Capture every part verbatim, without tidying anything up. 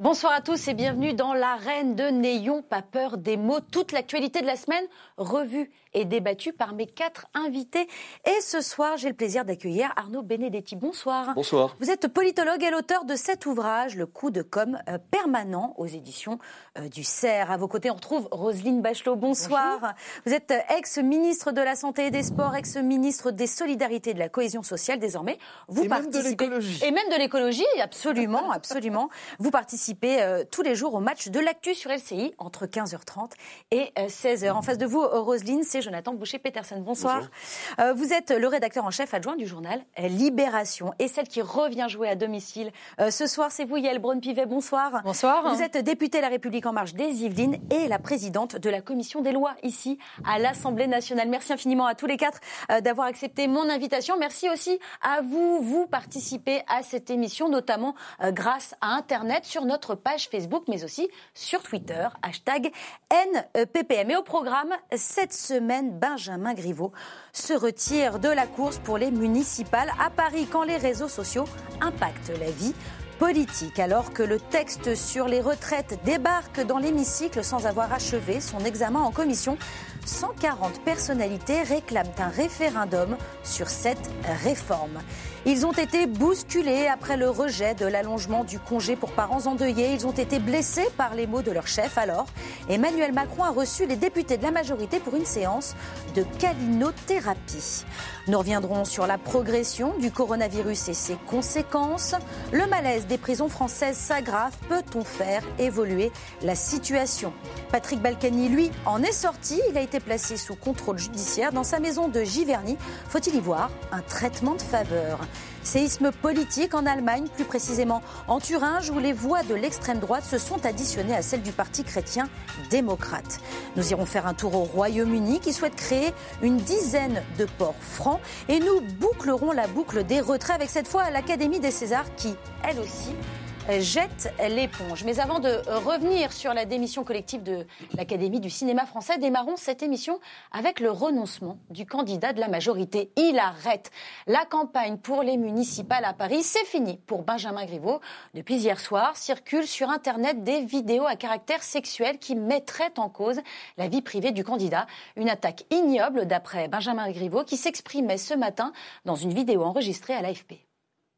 Bonsoir à tous et bienvenue dans l'arène de N'ayons pas peur des mots. Toute l'actualité de la semaine revue et débattue par mes quatre invités. Et ce soir, j'ai le plaisir d'accueillir Arnaud Benedetti. Bonsoir. Bonsoir. Vous êtes politologue et l'auteur de cet ouvrage, Le coup de com' permanent, aux éditions du Cerf. À vos côtés, on retrouve Roselyne Bachelot. Bonsoir. Bonjour. Vous êtes ex-ministre de la Santé et des Sports, ex-ministre des Solidarités et de la Cohésion sociale. Désormais, vous et participez... même de l'écologie. Et même de l'écologie, absolument, absolument. Vous participez euh, tous les jours au match de l'actu sur L C I entre quinze heures trente et euh, seize heures. En face de vous, Roselyne, c'est Jonathan Boucher-Peterson. Bonsoir. Euh, vous êtes le rédacteur en chef adjoint du journal Libération. Et celle qui revient jouer à domicile euh, ce soir, c'est vous, Yael Braun-Pivet. Bonsoir. Bonsoir. Vous êtes députée La République En Marche des Yvelines et la présidente de la commission des lois ici à l'Assemblée nationale. Merci infiniment à tous les quatre euh, d'avoir accepté mon invitation. Merci aussi à vous. Vous participez à cette émission, notamment euh, grâce à Internet, sur notre page Facebook, mais aussi sur Twitter, hashtag N P P M. Et au programme, cette semaine, Benjamin Griveaux se retire de la course pour les municipales à Paris quand les réseaux sociaux impactent la vie politique. Alors que le texte sur les retraites débarque dans l'hémicycle sans avoir achevé son examen en commission, cent quarante personnalités réclament un référendum sur cette réforme. Ils ont été bousculés après le rejet de l'allongement du congé pour parents endeuillés. Ils ont été blessés par les mots de leur chef. Alors, Emmanuel Macron a reçu les députés de la majorité pour une séance de câlinothérapie. Nous reviendrons sur la progression du coronavirus et ses conséquences. Le malaise des prisons françaises s'aggrave. Peut-on faire évoluer la situation ? Patrick Balkany, lui, en est sorti. Il a été placé sous contrôle judiciaire dans sa maison de Giverny. Faut-il y voir un traitement de faveur ? Séisme politique en Allemagne, plus précisément en Thuringe, où les voix de l'extrême droite se sont additionnées à celles du Parti chrétien-démocrate. Nous irons faire un tour au Royaume-Uni, qui souhaite créer une dizaine de ports francs. Et nous bouclerons la boucle des retraits avec cette fois l'Académie des Césars, qui, elle aussi, jette l'éponge. Mais avant de revenir sur la démission collective de l'Académie du cinéma français, démarrons cette émission avec le renoncement du candidat de la majorité. Il arrête la campagne pour les municipales à Paris. C'est fini pour Benjamin Griveaux. Depuis hier soir, circulent sur Internet des vidéos à caractère sexuel qui mettraient en cause la vie privée du candidat. Une attaque ignoble d'après Benjamin Griveaux qui s'exprimait ce matin dans une vidéo enregistrée à l'A F P.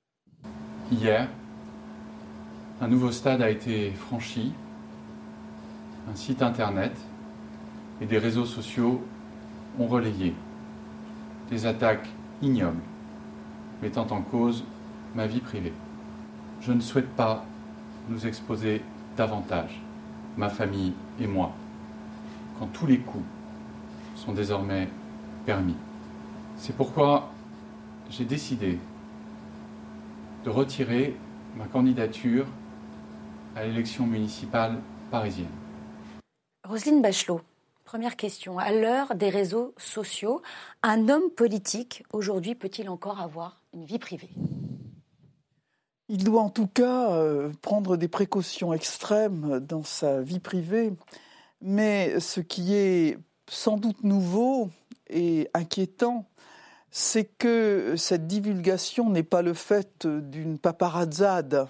Hier, un nouveau stade a été franchi, un site internet et des réseaux sociaux ont relayé des attaques ignobles mettant en cause ma vie privée. Je ne souhaite pas nous exposer davantage, ma famille et moi, quand tous les coups sont désormais permis. C'est pourquoi j'ai décidé de retirer ma candidature à l'élection municipale parisienne. Roselyne Bachelot, première question. À l'heure des réseaux sociaux, un homme politique, aujourd'hui, peut-il encore avoir une vie privée ? Il doit en tout cas euh, prendre des précautions extrêmes dans sa vie privée. Mais ce qui est sans doute nouveau et inquiétant, c'est que cette divulgation n'est pas le fait d'une paparazzade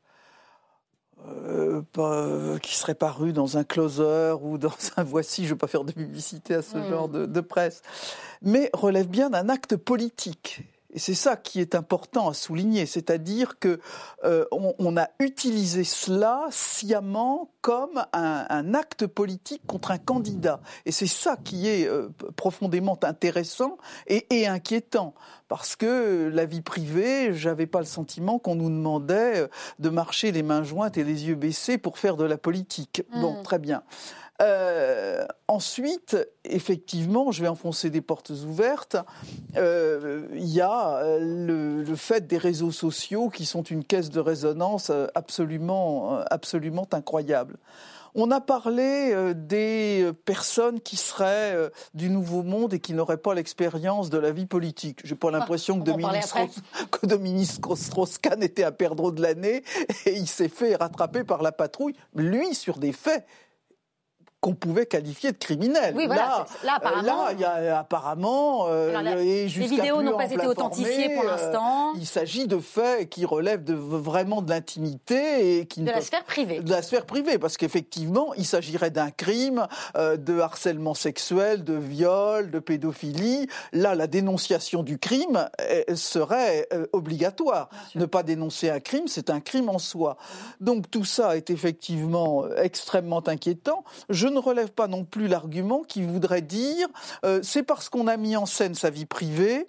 Euh, pas, qui serait paru dans un closer ou dans un voici, je ne veux pas faire de publicité à ce mmh. genre de, de presse, mais relève bien d'un acte politique. Et c'est ça qui est important à souligner, c'est-à-dire qu'on euh, on a utilisé cela sciemment comme un, un acte politique contre un candidat. Et c'est ça qui est euh, profondément intéressant et, et inquiétant. Parce que la vie privée, j'avais pas le sentiment qu'on nous demandait de marcher les mains jointes et les yeux baissés pour faire de la politique. Mmh. Bon, très bien. Euh, ensuite, effectivement, je vais enfoncer des portes ouvertes. Il euh, y a le, le fait des réseaux sociaux qui sont une caisse de résonance absolument, absolument incroyable. On a parlé euh, des personnes qui seraient euh, du Nouveau Monde et qui n'auraient pas l'expérience de la vie politique. J'ai pas l'impression ah, que, Dominique Strauss, que Dominique Strauss-Kahn était à perdreau de l'année et il s'est fait rattraper par la patrouille, lui, sur des faits qu'on pouvait qualifier de criminels. Oui, voilà, là, c'est, là, apparemment, là, il y a apparemment, euh, alors, la, et les plus vidéos n'ont pas été authentifiées pour l'instant. Euh, il s'agit de faits qui relèvent de, vraiment de l'intimité et qui de ne la peuvent, sphère privée. De la sphère privée, parce qu'effectivement, il s'agirait d'un crime, euh, de harcèlement sexuel, de viol, de pédophilie. Là, la dénonciation du crime euh, serait euh, obligatoire. Ne pas dénoncer un crime, c'est un crime en soi. Donc tout ça est effectivement extrêmement inquiétant. Je ne relève pas non plus l'argument qui voudrait dire euh, c'est parce qu'on a mis en scène sa vie privée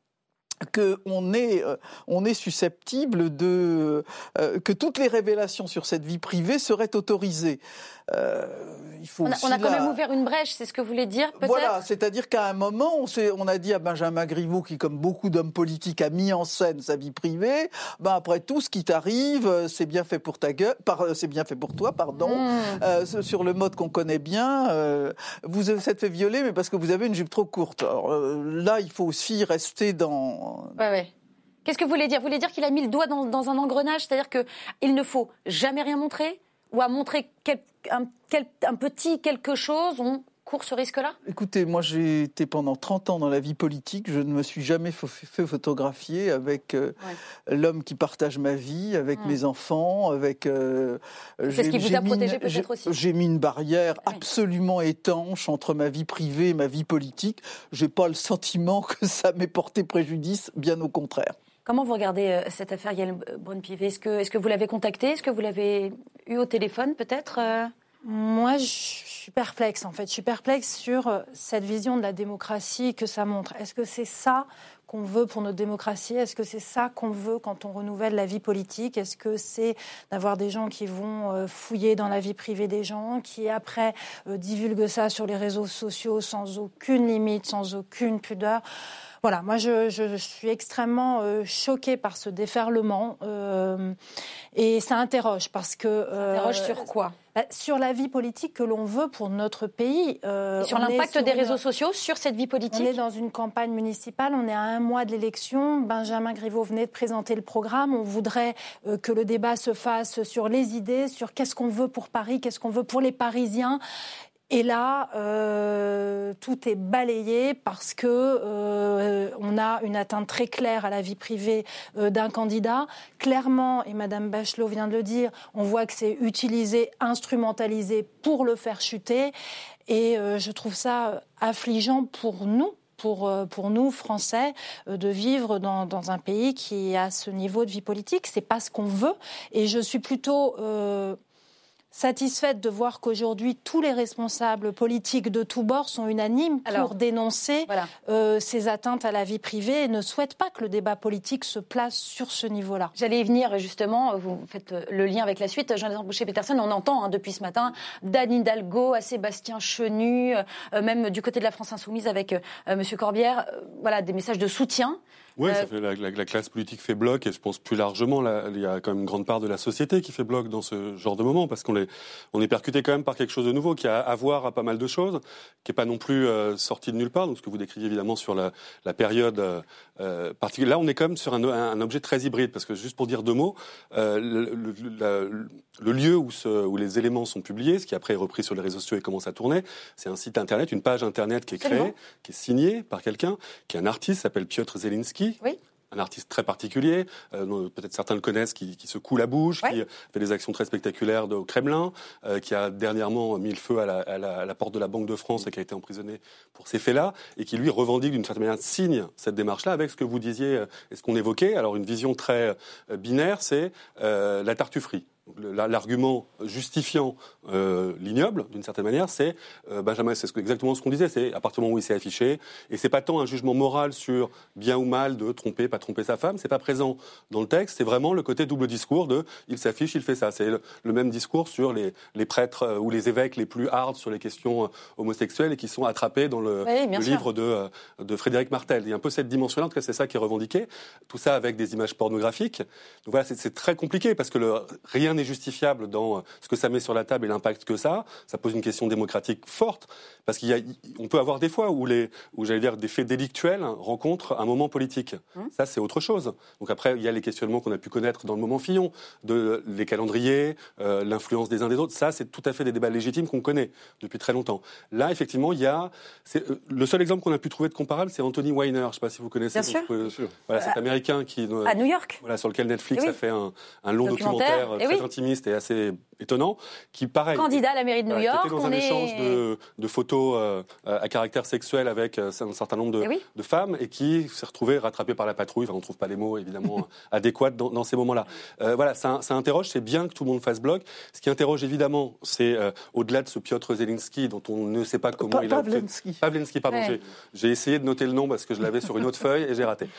qu'on est, euh, on est susceptible de euh, que toutes les révélations sur cette vie privée seraient autorisées. Euh, il faut on a, aussi on a quand la... même ouvert une brèche, c'est ce que vous voulez dire, peut-être ? Voilà, c'est-à-dire qu'à un moment, on, s'est, on a dit à Benjamin Griveaux, qui, comme beaucoup d'hommes politiques, a mis en scène sa vie privée, ben après tout, ce qui t'arrive, c'est bien fait pour ta gueule, par, c'est bien fait pour toi, pardon, mmh. euh, sur le mode qu'on connaît bien. Euh, vous vous êtes fait violer, mais parce que vous avez une jupe trop courte. Alors euh, là, il faut aussi rester dans... Ouais, ouais. Qu'est-ce que vous voulez dire ? Vous voulez dire qu'il a mis le doigt dans, dans un engrenage ? C'est-à-dire qu'il ne faut jamais rien montrer ? Ou à montrer quel, un, quel, un petit quelque chose, on court ce risque-là ? Écoutez, moi j'ai été pendant trente ans dans la vie politique, je ne me suis jamais fait photographier avec euh, ouais. l'homme qui partage ma vie, avec mmh. mes enfants, avec... Euh, C'est ce qui vous a protégé une, peut-être aussi. J'ai mis une barrière oui. absolument étanche entre ma vie privée et ma vie politique. Je n'ai pas le sentiment que ça m'ait porté préjudice, bien au contraire. Comment vous regardez euh, cette affaire Yael Braun-Pivet ? Est-ce que, est-ce que vous l'avez contacté ? Est-ce que vous l'avez eu au téléphone, peut-être euh... Moi, je suis perplexe, en fait. Je suis perplexe sur cette vision de la démocratie que ça montre. Est-ce que c'est ça qu'on veut pour notre démocratie ? Est-ce que c'est ça qu'on veut quand on renouvelle la vie politique ? Est-ce que c'est d'avoir des gens qui vont fouiller dans la vie privée des gens, qui après euh, divulguent ça sur les réseaux sociaux sans aucune limite, sans aucune pudeur ? Voilà, moi je, je, je suis extrêmement euh, choquée par ce déferlement euh, et ça interroge parce que... Euh, ça interroge sur quoi ? bah, Sur la vie politique que l'on veut pour notre pays. Euh, sur l'impact sur des une... réseaux sociaux sur cette vie politique ? On est dans une campagne municipale, on est à un mois de l'élection. Benjamin Griveaux venait de présenter le programme. On voudrait euh, que le débat se fasse sur les idées, sur qu'est-ce qu'on veut pour Paris, qu'est-ce qu'on veut pour les Parisiens. Et là, euh, tout est balayé parce que euh, on a une atteinte très claire à la vie privée euh, d'un candidat. Clairement, et Madame Bachelot vient de le dire, on voit que c'est utilisé, instrumentalisé pour le faire chuter. Et euh, je trouve ça affligeant pour nous. Pour, pour nous, Français, de vivre dans, dans un pays qui a ce niveau de vie politique. C'est pas ce qu'on veut. Et je suis plutôt... Euh, satisfaite de voir qu'aujourd'hui, tous les responsables politiques de tous bords sont unanimes Alors, pour dénoncer voilà. euh, ces atteintes à la vie privée et ne souhaitent pas que le débat politique se place sur ce niveau-là. J'allais y venir, justement, vous faites le lien avec la suite. Jonathan Boucher-Peterson, on entend hein, depuis ce matin d'Anne Hidalgo à Sébastien Chenu, euh, même du côté de la France Insoumise avec euh, M.Corbière, euh, voilà, des messages de soutien. Oui, ça fait la, la, la classe politique fait bloc et je pense plus largement, là, il y a quand même une grande part de la société qui fait bloc dans ce genre de moment parce qu'on est, on est percuté quand même par quelque chose de nouveau qui a à voir à pas mal de choses, qui est pas non plus euh, sorti de nulle part. Donc ce que vous décrivez évidemment sur la, la période euh, particulière. Là, on est quand même sur un, un, un objet très hybride parce que juste pour dire deux mots, euh, le, le, la, le lieu où, ce, où les éléments sont publiés, ce qui après est repris sur les réseaux sociaux et commence à tourner, c'est un site internet, une page internet qui est créée, Absolument. qui est signée par quelqu'un, qui est un artiste, s'appelle Piotr Zelinski. Oui. Un artiste très particulier, euh, peut-être certains le connaissent, qui, qui se coud la bouche, ouais. qui fait des actions très spectaculaires de, au Kremlin, euh, qui a dernièrement mis le feu à la, à, la, à la porte de la Banque de France et qui a été emprisonné pour ces faits-là, et qui lui revendique d'une certaine manière, signe cette démarche-là avec ce que vous disiez et ce qu'on évoquait. Alors une vision très euh, binaire, c'est euh, la tartufferie. L'argument justifiant euh, l'ignoble, d'une certaine manière, c'est euh, Benjamin, c'est exactement ce qu'on disait, c'est à partir du moment où il s'est affiché, et c'est pas tant un jugement moral sur bien ou mal de tromper, pas tromper sa femme, c'est pas présent dans le texte, c'est vraiment le côté double discours de il s'affiche, il fait ça. C'est le, le même discours sur les, les prêtres euh, ou les évêques les plus hard sur les questions euh, homosexuelles et qui sont attrapés dans le, oui, le livre de, euh, de Frédéric Martel. Il y a un peu cette dimension-là, en tout cas c'est ça qui est revendiqué, tout ça avec des images pornographiques. Donc voilà, c'est, c'est très compliqué parce que le, rien n'est justifiable dans ce que ça met sur la table et l'impact que ça a. Ça pose une question démocratique forte, parce qu'il y a, on peut avoir des fois où les, où j'allais dire des faits délictuels rencontrent un moment politique. Mmh. Ça, c'est autre chose. Donc après, il y a les questionnements qu'on a pu connaître dans le moment Fillon, de les calendriers, euh, l'influence des uns des autres. Ça, c'est tout à fait des débats légitimes qu'on connaît depuis très longtemps. Là, effectivement, il y a, c'est, euh, le seul exemple qu'on a pu trouver de comparable, c'est Anthony Weiner. Je ne sais pas si vous connaissez. Bien sûr. Pouvez, Bien sûr. Voilà, cet Américain qui euh, à New York. Voilà, sur lequel Netflix oui. a fait un, un long documentaire, documentaire très oui. intimiste et assez étonnant, qui pareil. Candidat à la mairie de New York. Qui était dans un est... échange de, de photos euh, à caractère sexuel avec un certain nombre de, oui. de femmes et qui s'est retrouvé rattrapé par la patrouille. Enfin, on ne trouve pas les mots évidemment adéquats dans, dans ces moments-là. Euh, voilà, ça, ça interroge. C'est bien que tout le monde fasse bloc. Ce qui interroge évidemment, c'est euh, au-delà de ce Piotr Zelensky dont on ne sait pas comment pa- il a. Pavlensky. Pavlensky, pardon. Ouais. J'ai, j'ai essayé de noter le nom parce que je l'avais sur une autre feuille et j'ai raté.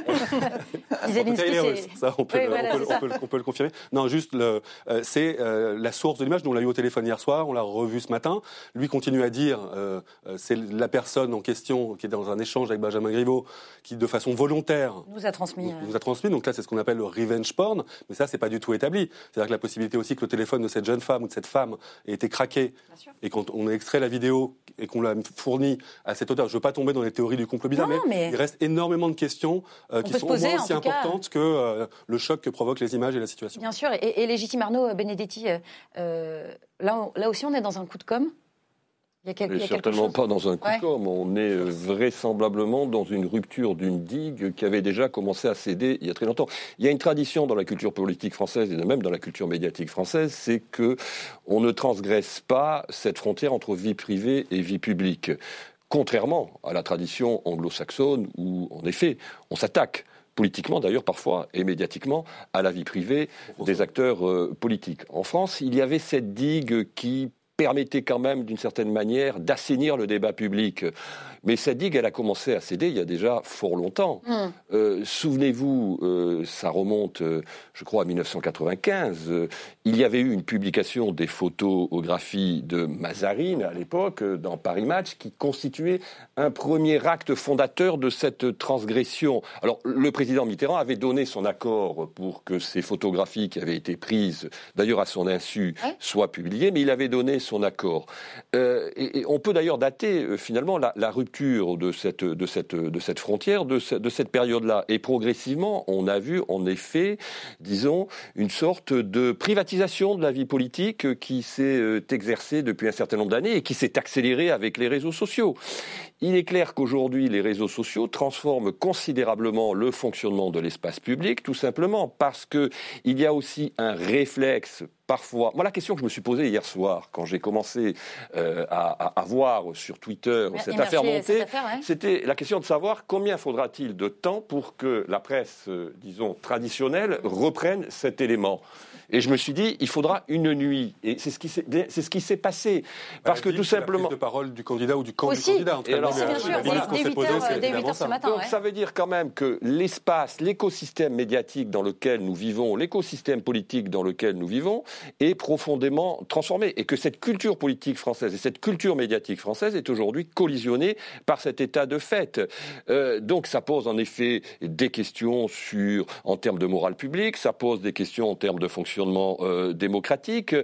Zelensky, il est russe. Ça, on peut, oui, le, voilà, on, peut, on, peut, on peut le confirmer. Non, juste le, euh, c'est euh, la source de l'image. On l'a eu au téléphone hier soir, on l'a revu ce matin. Lui continue à dire, euh, c'est la personne en question qui est dans un échange avec Benjamin Griveaux, qui de façon volontaire nous a transmis. Nous, nous a transmis. Donc là, c'est ce qu'on appelle le revenge porn, mais ça, c'est pas du tout établi. C'est-à-dire que la possibilité aussi que le téléphone de cette jeune femme ou de cette femme ait été craqué, et quand on a extrait la vidéo et qu'on l'a fournie à cet auteur, je veux pas tomber dans les théories du complot bizarre, mais, mais il reste énormément de questions euh, qui sont au moins aussi importantes cas... que euh, le choc que provoquent les images et la situation. Bien sûr, et, et légitime Arnaud Benedetti. Euh, Là, on, là aussi, on est dans un coup de com'. Il y a, quel, il y a certainement pas dans un coup ouais. de com'. On est vraisemblablement dans une rupture d'une digue qui avait déjà commencé à céder il y a très longtemps. Il y a une tradition dans la culture politique française et même dans la culture médiatique française, c'est que on ne transgresse pas cette frontière entre vie privée et vie publique. Contrairement à la tradition anglo-saxonne où, en effet, on s'attaque politiquement d'ailleurs parfois et médiatiquement à la vie privée des acteurs euh, politiques. En France, il y avait cette digue qui permettait quand même d'une certaine manière d'assainir le débat public. Mais cette digue, elle a commencé à céder il y a déjà fort longtemps. Mmh. Euh, souvenez-vous, euh, ça remonte, euh, je crois, à dix-neuf cent quatre-vingt-quinze. Euh, il y avait eu une publication des photographies de Mazarine, à l'époque, euh, dans Paris Match, qui constituait un premier acte fondateur de cette transgression. Alors, le président Mitterrand avait donné son accord pour que ces photographies qui avaient été prises, d'ailleurs à son insu, ouais. soient publiées, mais il avait donné son accord. Euh, et, et on peut d'ailleurs dater, euh, finalement, la, la rupture de cette, de cette, de cette frontière, de, ce, de cette période-là. Et progressivement, on a vu, en effet, disons, une sorte de privatisation de la vie politique qui s'est exercée depuis un certain nombre d'années et qui s'est accélérée avec les réseaux sociaux. Il est clair qu'aujourd'hui, les réseaux sociaux transforment considérablement le fonctionnement de l'espace public, tout simplement parce qu'il y a aussi un réflexe parfois. Moi, la question que je me suis posée hier soir, quand j'ai commencé euh, à, à, à voir sur Twitter Mais cette affaire monter, cette affaire, ouais. c'était la question de savoir combien faudra-t-il de temps pour que la presse, euh, disons, traditionnelle reprenne cet élément. Et je me suis dit, il faudra une nuit. Et c'est ce qui s'est, c'est ce qui s'est passé. Parce bah, que tout simplement. La prise de parole du candidat ou du camp aussi. du candidat. En et alors, bien sûr, dès huit heures ce matin. Donc ouais. ça veut dire quand même que l'espace, l'écosystème médiatique dans lequel nous vivons, l'écosystème politique dans lequel nous vivons, est profondément transformé. Et que cette culture politique française et cette culture médiatique française est aujourd'hui collisionnée par cet état de fait. Euh, donc ça pose en effet des questions sur, en termes de morale publique, ça pose des questions en termes de fonctionnement Euh, démocratique.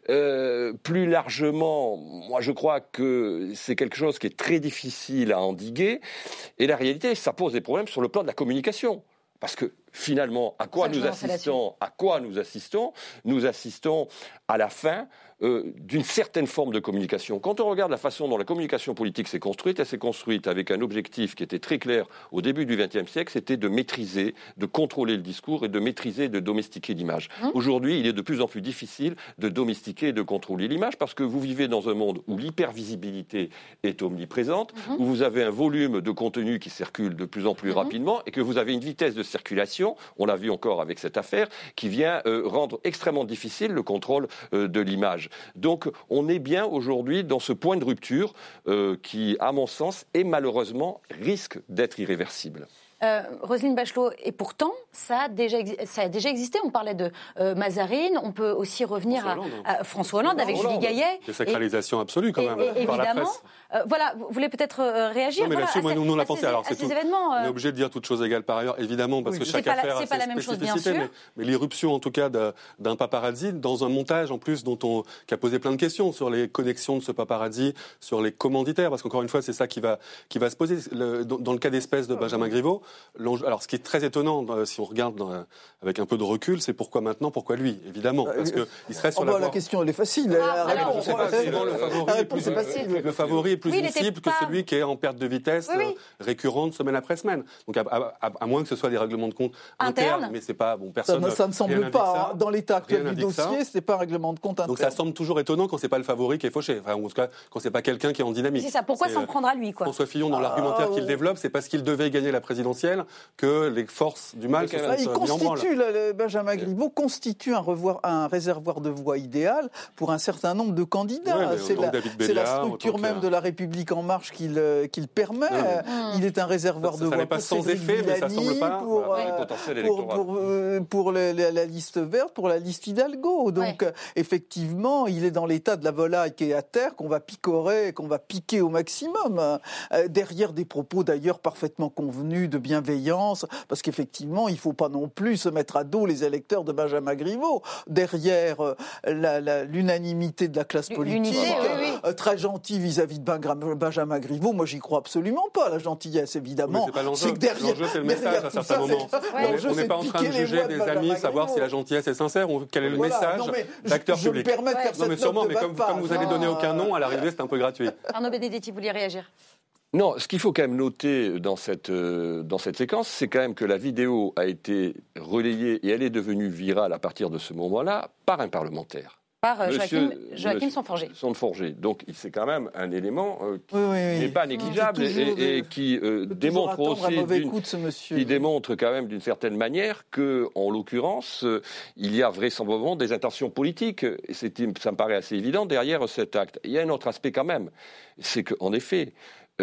Euh, plus largement, moi je crois que c'est quelque chose qui est très difficile à endiguer. Et la réalité, ça pose des problèmes sur le plan de la communication. Parce que finalement, à quoi nous assistons, à quoi nous assistons Nous assistons à la fin euh, d'une certaine forme de communication. Quand on regarde la façon dont la communication politique s'est construite, elle s'est construite avec un objectif qui était très clair au début du vingtième siècle, c'était de maîtriser, de contrôler le discours et de maîtriser, de domestiquer l'image. Mmh. Aujourd'hui, il est de plus en plus difficile de domestiquer et de contrôler l'image parce que vous vivez dans un monde où l'hypervisibilité est omniprésente, mmh. où vous avez un volume de contenu qui circule de plus en plus mmh. rapidement et que vous avez une vitesse de circulation, on l'a vu encore avec cette affaire, qui vient euh, rendre extrêmement difficile le contrôle euh, de l'image. Donc on est bien aujourd'hui dans ce point de rupture euh, qui, à mon sens, et malheureusement, risque d'être irréversible. Euh, Roselyne Bachelot, et pourtant, ça a déjà, ça a déjà existé. On parlait de euh, Mazarine, on peut aussi revenir François à, à François Hollande avec Hollande. Julie Gaillet. Désacralisation absolue, quand et, même, et, par évidemment, la presse. Euh, voilà, vous voulez peut-être euh, réagir Non, mais voilà, là-dessus, moi, ces, nous, on l'a à pensé. ces, Alors, à c'est ces tout. événements. Euh... On est obligé de dire toutes choses égales par ailleurs, évidemment, parce oui, que chaque pas, affaire a ses pas la même chose, bien sûr. Mais, mais l'irruption, en tout cas, de, d'un paparazzi, dans un montage, en plus, dont on, qui a posé plein de questions sur les connexions de ce paparazzi, sur les commanditaires, parce qu'encore une fois, c'est ça qui va, qui va se poser. Le, dans, dans le cas d'espèce de Benjamin Griveaux, alors, ce qui est très étonnant, si on regarde dans, avec un peu de recul, c'est pourquoi maintenant, pourquoi lui, évidemment, parce que il serait sur oh la bah, voie... La question, elle est facile. Ah, la alors, je sais pas, souvent, le favori est plus, le favori est plus oui, visible que pas... celui qui est en perte de vitesse oui, oui. Euh, récurrente semaine après semaine. Donc, à, à, à moins que ce soit des règlements de compte internes, Interne. mais c'est pas bon. Personne. Ça, ça ne semble pas. Hein. Dans l'état actuel du dossier, c'est pas un règlement de compte interne. Donc, ça semble toujours étonnant quand c'est pas le favori qui est fauché. Enfin, en tout cas, quand c'est pas quelqu'un qui est en dynamique. C'est ça. Pourquoi s'en prendre à lui, quoi? François Fillon, dans l'argumentaire ah, qu'il développe, c'est parce qu'il devait gagner la présidentielle que les forces du mal se sont il mis en branle. constitue, le, Benjamin Griveaux constitue un, revoir, un réservoir de voix idéal pour un certain nombre de candidats. Ouais, c'est, la, Béliard, c'est la structure même de la République En Marche qui le, qui le permet. Ouais, mais... Il est un réservoir ça, de ça, voix ça n'est pas sans effet, mais ça semble pas pour, ouais, euh, potentiel pour, pour, euh, pour le, la, la liste verte, pour la liste Hidalgo. Donc, ouais. euh, effectivement, il est dans l'état de la volaille qui est à terre, qu'on va picorer, qu'on va piquer au maximum. Euh, derrière des propos d'ailleurs parfaitement convenus de bienveillance, parce qu'effectivement, il ne faut pas non plus se mettre à dos les électeurs de Benjamin Griveaux. Derrière euh, la, la, l'unanimité de la classe politique, oui, oui. Euh, très gentil vis-à-vis de Benjamin Griveaux, moi j'y crois absolument pas. La gentillesse, évidemment. C'est pas l'enjeu. C'est que derrière, l'enjeu, c'est le message à certains moments. On n'est pas en train de juger des amis, savoir si la gentillesse est sincère ou quel est le voilà, message non, d'acteur je, public. Je me permets de faire non, cette mais sûrement, mais comme, page, comme vous n'allez donner aucun nom, à l'arrivée, c'est un peu gratuit. Arnaud Benedetti, vous vouliez réagir? Non, ce qu'il faut quand même noter dans cette, euh, dans cette séquence, c'est quand même que la vidéo a été relayée et elle est devenue virale à partir de ce moment-là par un parlementaire. Par euh, Joachim, Joachim Sonforger. Sonforger. Donc c'est quand même un élément euh, qui oui, oui, oui. n'est pas négligeable et, et, et qui euh, démontre aussi, coup de ce monsieur. qui démontre quand même d'une certaine manière que, en l'occurrence, euh, il y a vraisemblablement des intentions politiques. Et c'est, ça me paraît assez évident derrière cet acte. Il y a un autre aspect quand même, c'est qu'en effet,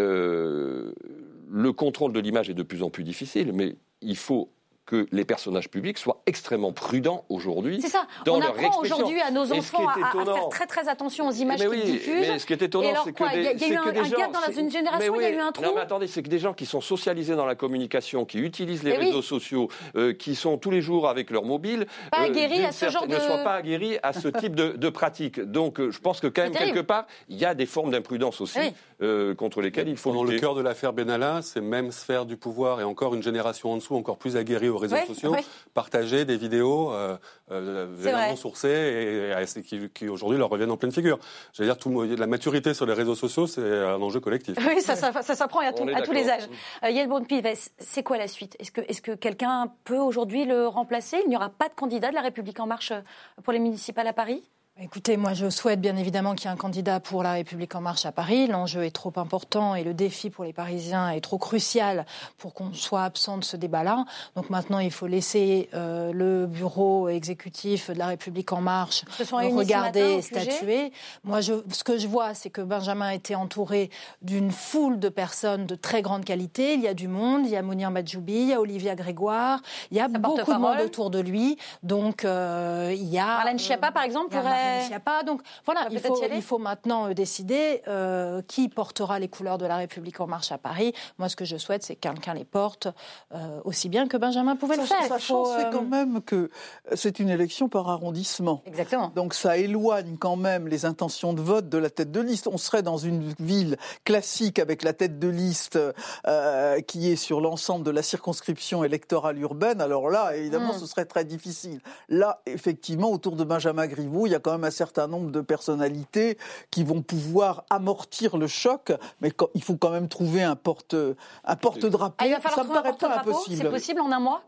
euh, le contrôle de l'image est de plus en plus difficile, mais il faut que les personnages publics soient extrêmement prudents aujourd'hui. C'est ça. Dans on leur apprend aujourd'hui à nos enfants à, étonnant, à faire très très attention aux images qu'ils oui, diffusent. Mais ce qui est étonnant, c'est que il y a, y a eu un, des un gens, gap dans la, une génération, il oui, y a eu un trou. Non, mais attendez, c'est que des gens qui sont socialisés dans la communication, qui utilisent les et réseaux oui. sociaux, euh, qui sont tous les jours avec leur mobile, pas aguerris euh, à ce genre de... ne soient pas aguerris à ce type de, de pratique. Donc, euh, je pense que quand même quelque part, il y a des formes d'imprudence aussi oui. euh, contre lesquelles il faut lutter. Dans le cœur de l'affaire Benalla, c'est même sphère du pouvoir et encore une génération en dessous, encore plus aguerrie aux réseaux oui, sociaux. Oui. Partager des vidéos euh, euh, non sourcées et, et, et qui, qui aujourd'hui leur reviennent en pleine figure. J'allais dire, tout, la maturité sur les réseaux sociaux, c'est un enjeu collectif. Oui, ça, ça, ça s'apprend à, tout, à tous les âges. Euh, Yael Braun-Pivet, c'est quoi la suite? Est-ce que, est-ce que quelqu'un peut aujourd'hui le remplacer? Il n'y aura pas de candidat de la République En Marche pour les municipales à Paris? Écoutez, moi je souhaite bien évidemment qu'il y ait un candidat pour La République En Marche à Paris. L'enjeu est trop important et le défi pour les Parisiens est trop crucial pour qu'on soit absent de ce débat-là. Donc maintenant il faut laisser euh, le bureau exécutif de La République En Marche regarder, statuer. Moi je, ce que je vois, c'est que Benjamin a été entouré d'une foule de personnes de très grande qualité. Il y a du monde, il y a Mounir Majoubi, il y a Olivia Grégoire, il y a Ça beaucoup de monde autour de lui. Donc euh, il y a... Marlène Schiappa par exemple pourrait... Il n'y a pas. Donc voilà, il faut, il faut maintenant décider euh, qui portera les couleurs de La République En Marche à Paris. Moi, ce que je souhaite, c'est que quelqu'un les porte euh, aussi bien que Benjamin pouvait le faire. Sachant faut, euh... c'est quand même que c'est une élection par arrondissement. Exactement. Donc ça éloigne quand même les intentions de vote de la tête de liste. On serait dans une ville classique avec la tête de liste euh, qui est sur l'ensemble de la circonscription électorale urbaine. Alors là, évidemment, mmh. ce serait très difficile. Là, effectivement, autour de Benjamin Griveaux, il y a quand même un certain nombre de personnalités qui vont pouvoir amortir le choc, mais il faut quand même trouver un porte, un porte-drapeau. Ah, il va falloir ça trouver me paraît un porte-drapeau. Pas impossible. C'est possible en un mois?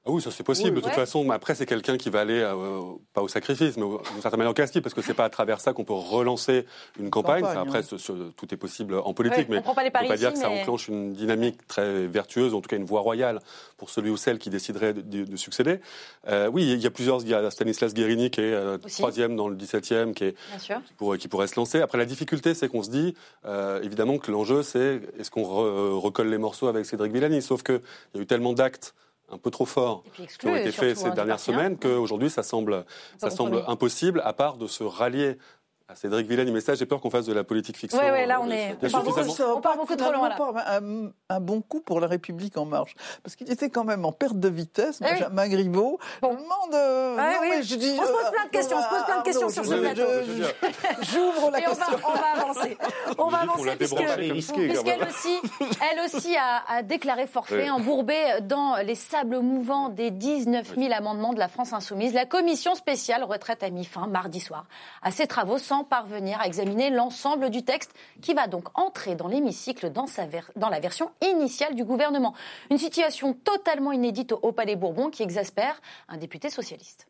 Ah oui, ça c'est possible. Oui, de toute ouais. façon, après, c'est quelqu'un qui va aller, euh, pas au sacrifice, mais d'une certaine manière au casse-pied, parce que c'est pas à travers ça qu'on peut relancer une campagne. campagne après, ouais. ce, ce, tout est possible en politique, ouais, mais on ne peut pas dire ici, que ça mais... enclenche une dynamique très vertueuse, en tout cas une voie royale pour celui ou celle qui déciderait de, de, de succéder. Euh, oui, il y a plusieurs. Il y a Stanislas Guerini qui est euh, troisième dans le dix-septième, qui, est, qui, pourrait, qui pourrait se lancer. Après, la difficulté, c'est qu'on se dit, euh, évidemment, que l'enjeu, c'est est-ce qu'on re, recolle les morceaux avec Cédric Villani. Sauf qu'il y a eu tellement d'actes un peu trop forts qui ont été faits ces dernières semaines qu'aujourd'hui ça semble, ça semble impossible à part de se rallier à Cédric Villani. Mais ça, j'ai peur qu'on fasse de la politique fiction. Oui, oui, là, on est. On, suffisamment... ça on part beaucoup trop loin. Un, un bon coup pour la République en marche. Parce qu'il était quand même en perte de vitesse, oui. Benjamin Griveaux. Bon. Demande. Euh... Ah, non, oui. mais je dis, on se pose plein de questions, on se pose plein de questions sur ce plateau. J'ouvre la Et question. On va, on va avancer. On va avancer puisque, puisqu'elle aussi, elle aussi a, a déclaré forfait, oui. embourbée dans les sables mouvants des dix-neuf mille amendements de la France Insoumise. La commission spéciale retraite a mis fin mardi soir à ses travaux sans parvenir à examiner l'ensemble du texte qui va donc entrer dans l'hémicycle dans, sa ver- dans la version initiale du gouvernement. Une situation totalement inédite au Palais Bourbon qui exaspère un député socialiste.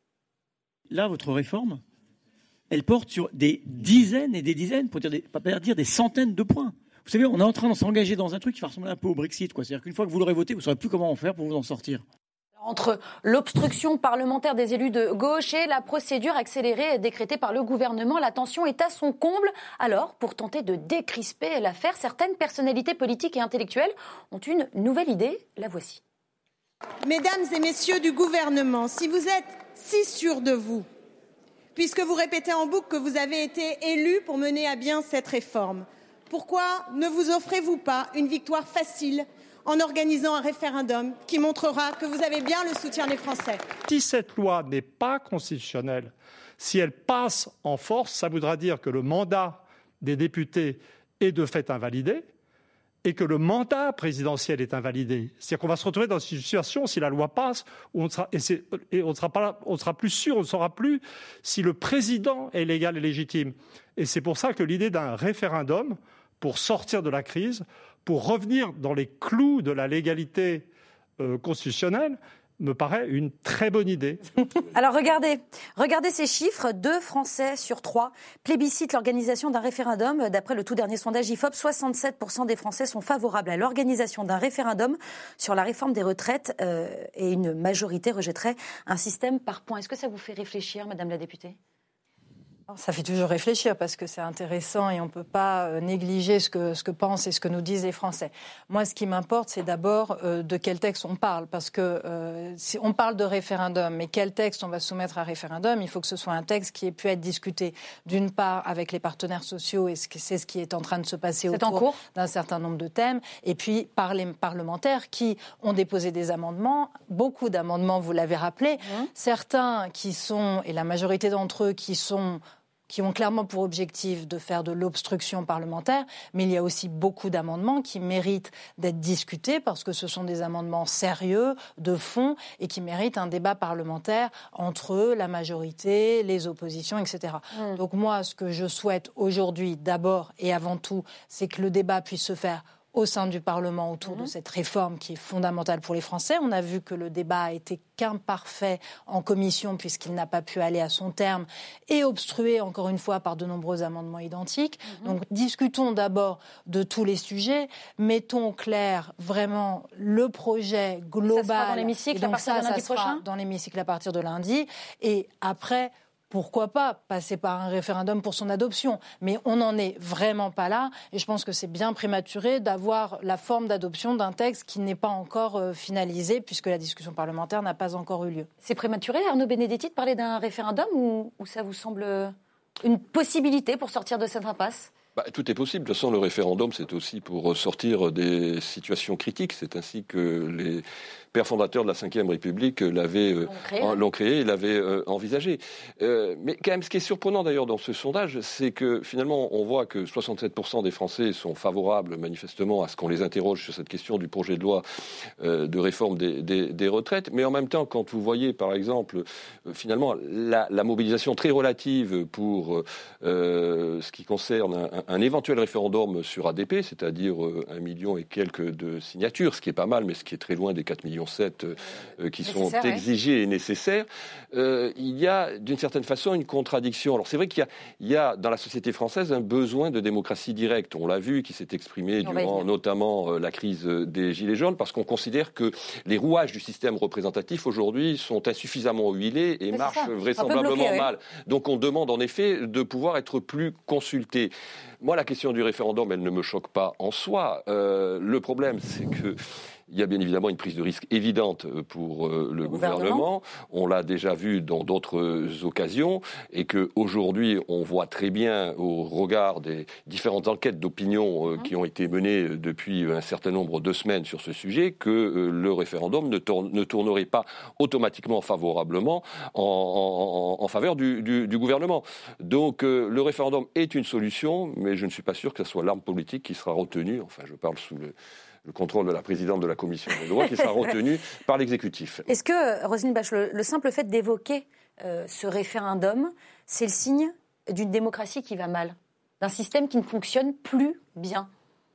Là, votre réforme, elle porte sur des dizaines et des dizaines, pour dire des, pas dire des centaines de points. Vous savez, on est en train de s'engager dans un truc qui va ressembler un peu au Brexit, quoi. C'est-à-dire qu'une fois que vous l'aurez voté, vous ne saurez plus comment en faire pour vous en sortir. Entre l'obstruction parlementaire des élus de gauche et la procédure accélérée décrétée par le gouvernement, la tension est à son comble. Alors, pour tenter de décrisper l'affaire, certaines personnalités politiques et intellectuelles ont une nouvelle idée. La voici. Mesdames et messieurs du gouvernement, si vous êtes si sûrs de vous, puisque vous répétez en boucle que vous avez été élus pour mener à bien cette réforme, pourquoi ne vous offrez-vous pas une victoire facile en organisant un référendum qui montrera que vous avez bien le soutien des Français? Si cette loi n'est pas constitutionnelle, si elle passe en force, ça voudra dire que le mandat des députés est de fait invalidé et que le mandat présidentiel est invalidé. C'est-à-dire qu'on va se retrouver dans une situation, si la loi passe, où on sera, et, c'est, et on ne sera pas là, on sera plus sûr, on ne saura plus si le président est légal et légitime. Et c'est pour ça que l'idée d'un référendum, pour sortir de la crise, pour revenir dans les clous de la légalité euh, constitutionnelle, me paraît une très bonne idée. Alors regardez, regardez ces chiffres. Deux Français sur trois plébiscitent l'organisation d'un référendum. D'après le tout dernier sondage I F O P, soixante-sept pour cent des Français sont favorables à l'organisation d'un référendum sur la réforme des retraites euh, et une majorité rejetterait un système par points. Est-ce que ça vous fait réfléchir, Madame la députée ? Ça fait toujours réfléchir parce que c'est intéressant et on ne peut pas négliger ce que, ce que pensent et ce que nous disent les Français. Moi, ce qui m'importe, c'est d'abord euh, de quel texte on parle. Parce que euh, si on parle de référendum, mais quel texte on va soumettre à référendum, il faut que ce soit un texte qui ait pu être discuté d'une part avec les partenaires sociaux, et c'est ce qui est en train de se passer c'est autour d'un certain nombre de thèmes, et puis par les parlementaires qui ont déposé des amendements, beaucoup d'amendements, vous l'avez rappelé, mmh. certains qui sont, et la majorité d'entre eux qui sont... qui ont clairement pour objectif de faire de l'obstruction parlementaire, mais il y a aussi beaucoup d'amendements qui méritent d'être discutés parce que ce sont des amendements sérieux, de fond, et qui méritent un débat parlementaire entre la majorité, les oppositions, et cetera. Mmh. Donc moi, ce que je souhaite aujourd'hui, d'abord et avant tout, c'est que le débat puisse se faire au sein du Parlement autour mmh. de cette réforme qui est fondamentale pour les Français. On a vu que le débat a été qu'imparfait en commission puisqu'il n'a pas pu aller à son terme et obstrué encore une fois par de nombreux amendements identiques. Mmh. Donc discutons d'abord de tous les sujets, mettons au clair vraiment le projet global. Ça sera dans l'hémicycle à partir ça, de lundi ça prochain. Dans l'hémicycle à partir de lundi et après. Pourquoi pas passer par un référendum pour son adoption ? Mais on n'en est vraiment pas là. Et je pense que c'est bien prématuré d'avoir la forme d'adoption d'un texte qui n'est pas encore euh, finalisé puisque la discussion parlementaire n'a pas encore eu lieu. C'est prématuré, Arnaud Benedetti, de parler d'un référendum ou, ou ça vous semble une possibilité pour sortir de cette impasse ? Bah, tout est possible. De toute façon, le référendum, c'est aussi pour sortir des situations critiques. C'est ainsi que les pères fondateurs de la cinquième République l'avaient, euh, créé, en, l'ont créé et l'avaient euh, envisagé. Euh, mais quand même, ce qui est surprenant d'ailleurs dans ce sondage, c'est que finalement, on voit que soixante-sept pour cent des Français sont favorables manifestement à ce qu'on les interroge sur cette question du projet de loi euh, de réforme des, des, des retraites. Mais en même temps, quand vous voyez, par exemple, euh, finalement, la, la mobilisation très relative pour euh, ce qui concerne un, un éventuel référendum sur A D P, c'est-à-dire euh, un million et quelques de signatures, ce qui est pas mal, mais ce qui est très loin des quatre virgule sept millions euh, qui sont exigés et nécessaires, euh, il y a d'une certaine façon une contradiction. Alors c'est vrai qu'il y a, il y a dans la société française un besoin de démocratie directe. On l'a vu, qui s'est exprimé durant notamment euh, la crise des Gilets jaunes, parce qu'on considère que les rouages du système représentatif aujourd'hui sont insuffisamment huilés et mais marchent vraisemblablement bloqué, mal. Oui. Donc on demande en effet de pouvoir être plus consulté. Moi, la question du référendum, elle ne me choque pas en soi. Euh, le problème, c'est que il y a bien évidemment une prise de risque évidente pour euh, le, le gouvernement. gouvernement. On l'a déjà vu dans d'autres occasions et qu'aujourd'hui, on voit très bien au regard des différentes enquêtes d'opinion euh, mmh. qui ont été menées depuis un certain nombre de semaines sur ce sujet que euh, le référendum ne, tourne, ne tournerait pas automatiquement favorablement en, en, en faveur du, du, du gouvernement. Donc euh, le référendum est une solution, mais je ne suis pas sûr que ce soit l'arme politique qui sera retenue. Enfin, je parle sous le... le contrôle de la présidente de la commission des lois, qui sera retenu par l'exécutif. Est-ce que, Roselyne Bachelot, le, le simple fait d'évoquer euh, ce référendum, c'est le signe d'une démocratie qui va mal, d'un système qui ne fonctionne plus bien ?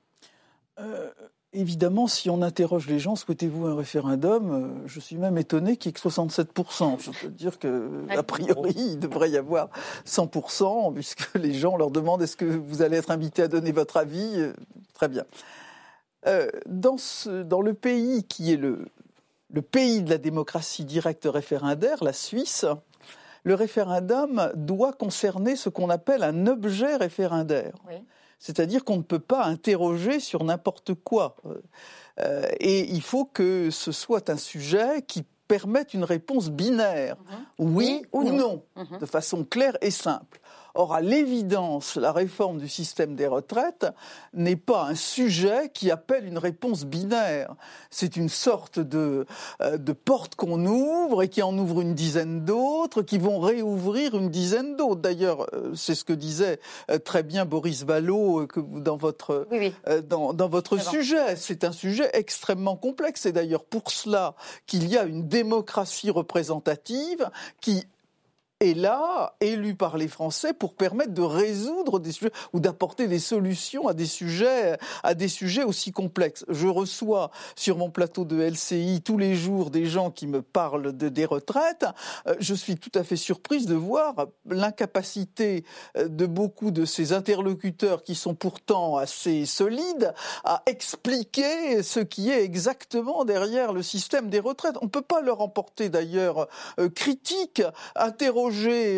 euh, Évidemment, si on interroge les gens, souhaitez-vous un référendum ? euh, Je suis même étonné qu'il y ait que soixante-sept pour cent. Je peux dire qu'a priori, il devrait y avoir cent pour cent, puisque les gens leur demandent est-ce que vous allez être invité à donner votre avis ? euh, Très bien. Euh, dans, ce, dans le pays qui est le, le pays de la démocratie directe référendaire, la Suisse, le référendum doit concerner ce qu'on appelle un objet référendaire. Oui. C'est-à-dire qu'on ne peut pas interroger sur n'importe quoi. Euh, et il faut que ce soit un sujet qui permette une réponse binaire, mmh. oui, oui ou non, non mmh. de façon claire et simple. Or, à l'évidence, la réforme du système des retraites n'est pas un sujet qui appelle une réponse binaire. C'est une sorte de, euh, de porte qu'on ouvre et qui en ouvre une dizaine d'autres, qui vont réouvrir une dizaine d'autres. D'ailleurs, euh, c'est ce que disait euh, très bien Boris Vallaud euh, que vous, dans votre, oui, oui. Euh, dans, dans votre sujet. C'est un sujet extrêmement complexe. C'est d'ailleurs pour cela qu'il y a une démocratie représentative qui est là, élu par les Français, pour permettre de résoudre des sujets ou d'apporter des solutions à des sujets, à des sujets aussi complexes. Je reçois sur mon plateau de L C I tous les jours des gens qui me parlent de, des retraites. Je suis tout à fait surprise de voir l'incapacité de beaucoup de ces interlocuteurs qui sont pourtant assez solides à expliquer ce qui est exactement derrière le système des retraites. On ne peut pas leur emporter d'ailleurs euh, critique, interroger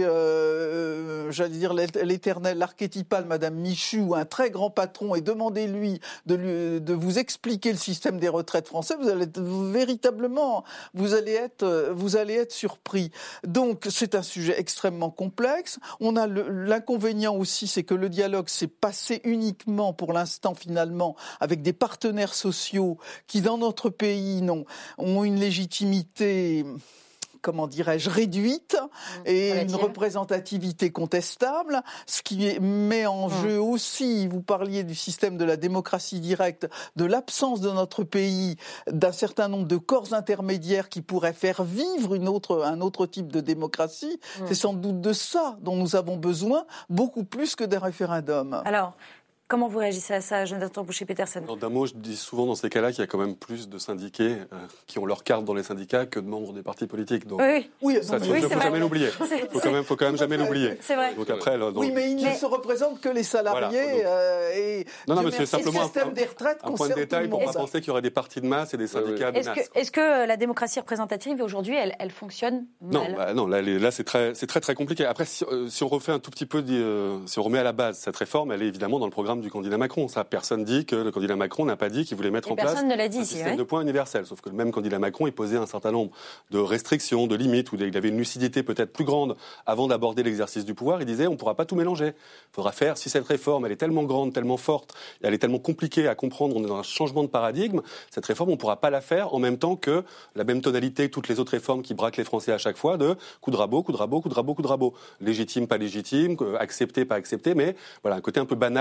Euh, j'allais dire l'éternel, l'archétypal Madame Michu ou un très grand patron et demandez-lui de, lui de vous expliquer le système des retraites français, vous allez être, véritablement, vous allez être, vous allez être surpris. Donc c'est un sujet extrêmement complexe. On a le, l'inconvénient aussi, c'est que le dialogue s'est passé uniquement pour l'instant finalement avec des partenaires sociaux qui dans notre pays non, ont une légitimité, comment dirais-je, réduite et Relative. Une représentativité contestable, ce qui met en mmh. jeu aussi, vous parliez du système de la démocratie directe, de l'absence de notre pays d'un certain nombre de corps intermédiaires qui pourraient faire vivre une autre, un autre type de démocratie. Mmh. C'est sans doute de ça dont nous avons besoin, beaucoup plus que d'un référendum. Alors, comment vous réagissez à ça, Jonathan Boucher-Petersen ? D'un mot, je dis souvent dans ces cas-là qu'il y a quand même plus de syndiqués euh, qui ont leur carte dans les syndicats que de membres des partis politiques. Donc, oui, oui, ça, il ne faut, faut jamais l'oublier. Il faut quand même, faut quand même jamais l'oublier. C'est vrai. Donc après, là, oui, mais ils ne se représentent que les salariés. Voilà, donc... euh, et non, non, mais c'est simplement le système un, des retraites un point de détail pour ne pas penser qu'il y aurait des partis de masse et des syndicats oui, oui. de masse. Est-ce que, est-ce que la démocratie représentative aujourd'hui, elle, elle fonctionne mal ? Non, bah, non, là, là c'est très, c'est très, très compliqué. Après, si, euh, si on refait un tout petit peu, euh, si on remet à la base cette réforme, elle est évidemment dans le programme du candidat Macron. Ça, personne dit que le candidat Macron n'a pas dit qu'il voulait mettre et en place ne l'a dit un ici, système ouais. de points universel. Sauf que le même candidat Macron, il posait un certain nombre de restrictions, de limites, où il avait une lucidité peut-être plus grande avant d'aborder l'exercice du pouvoir. Il disait, on ne pourra pas tout mélanger. Il faudra faire, si cette réforme, elle est tellement grande, tellement forte, elle est tellement compliquée à comprendre, on est dans un changement de paradigme, cette réforme, on ne pourra pas la faire en même temps que la même tonalité que toutes les autres réformes qui braquent les Français à chaque fois, de coup de rabot, coup de rabot, coup de rabot, coup de rabot. Légitime, pas légitime, accepté, pas accepté, mais voilà, un côté un peu banal de la réforme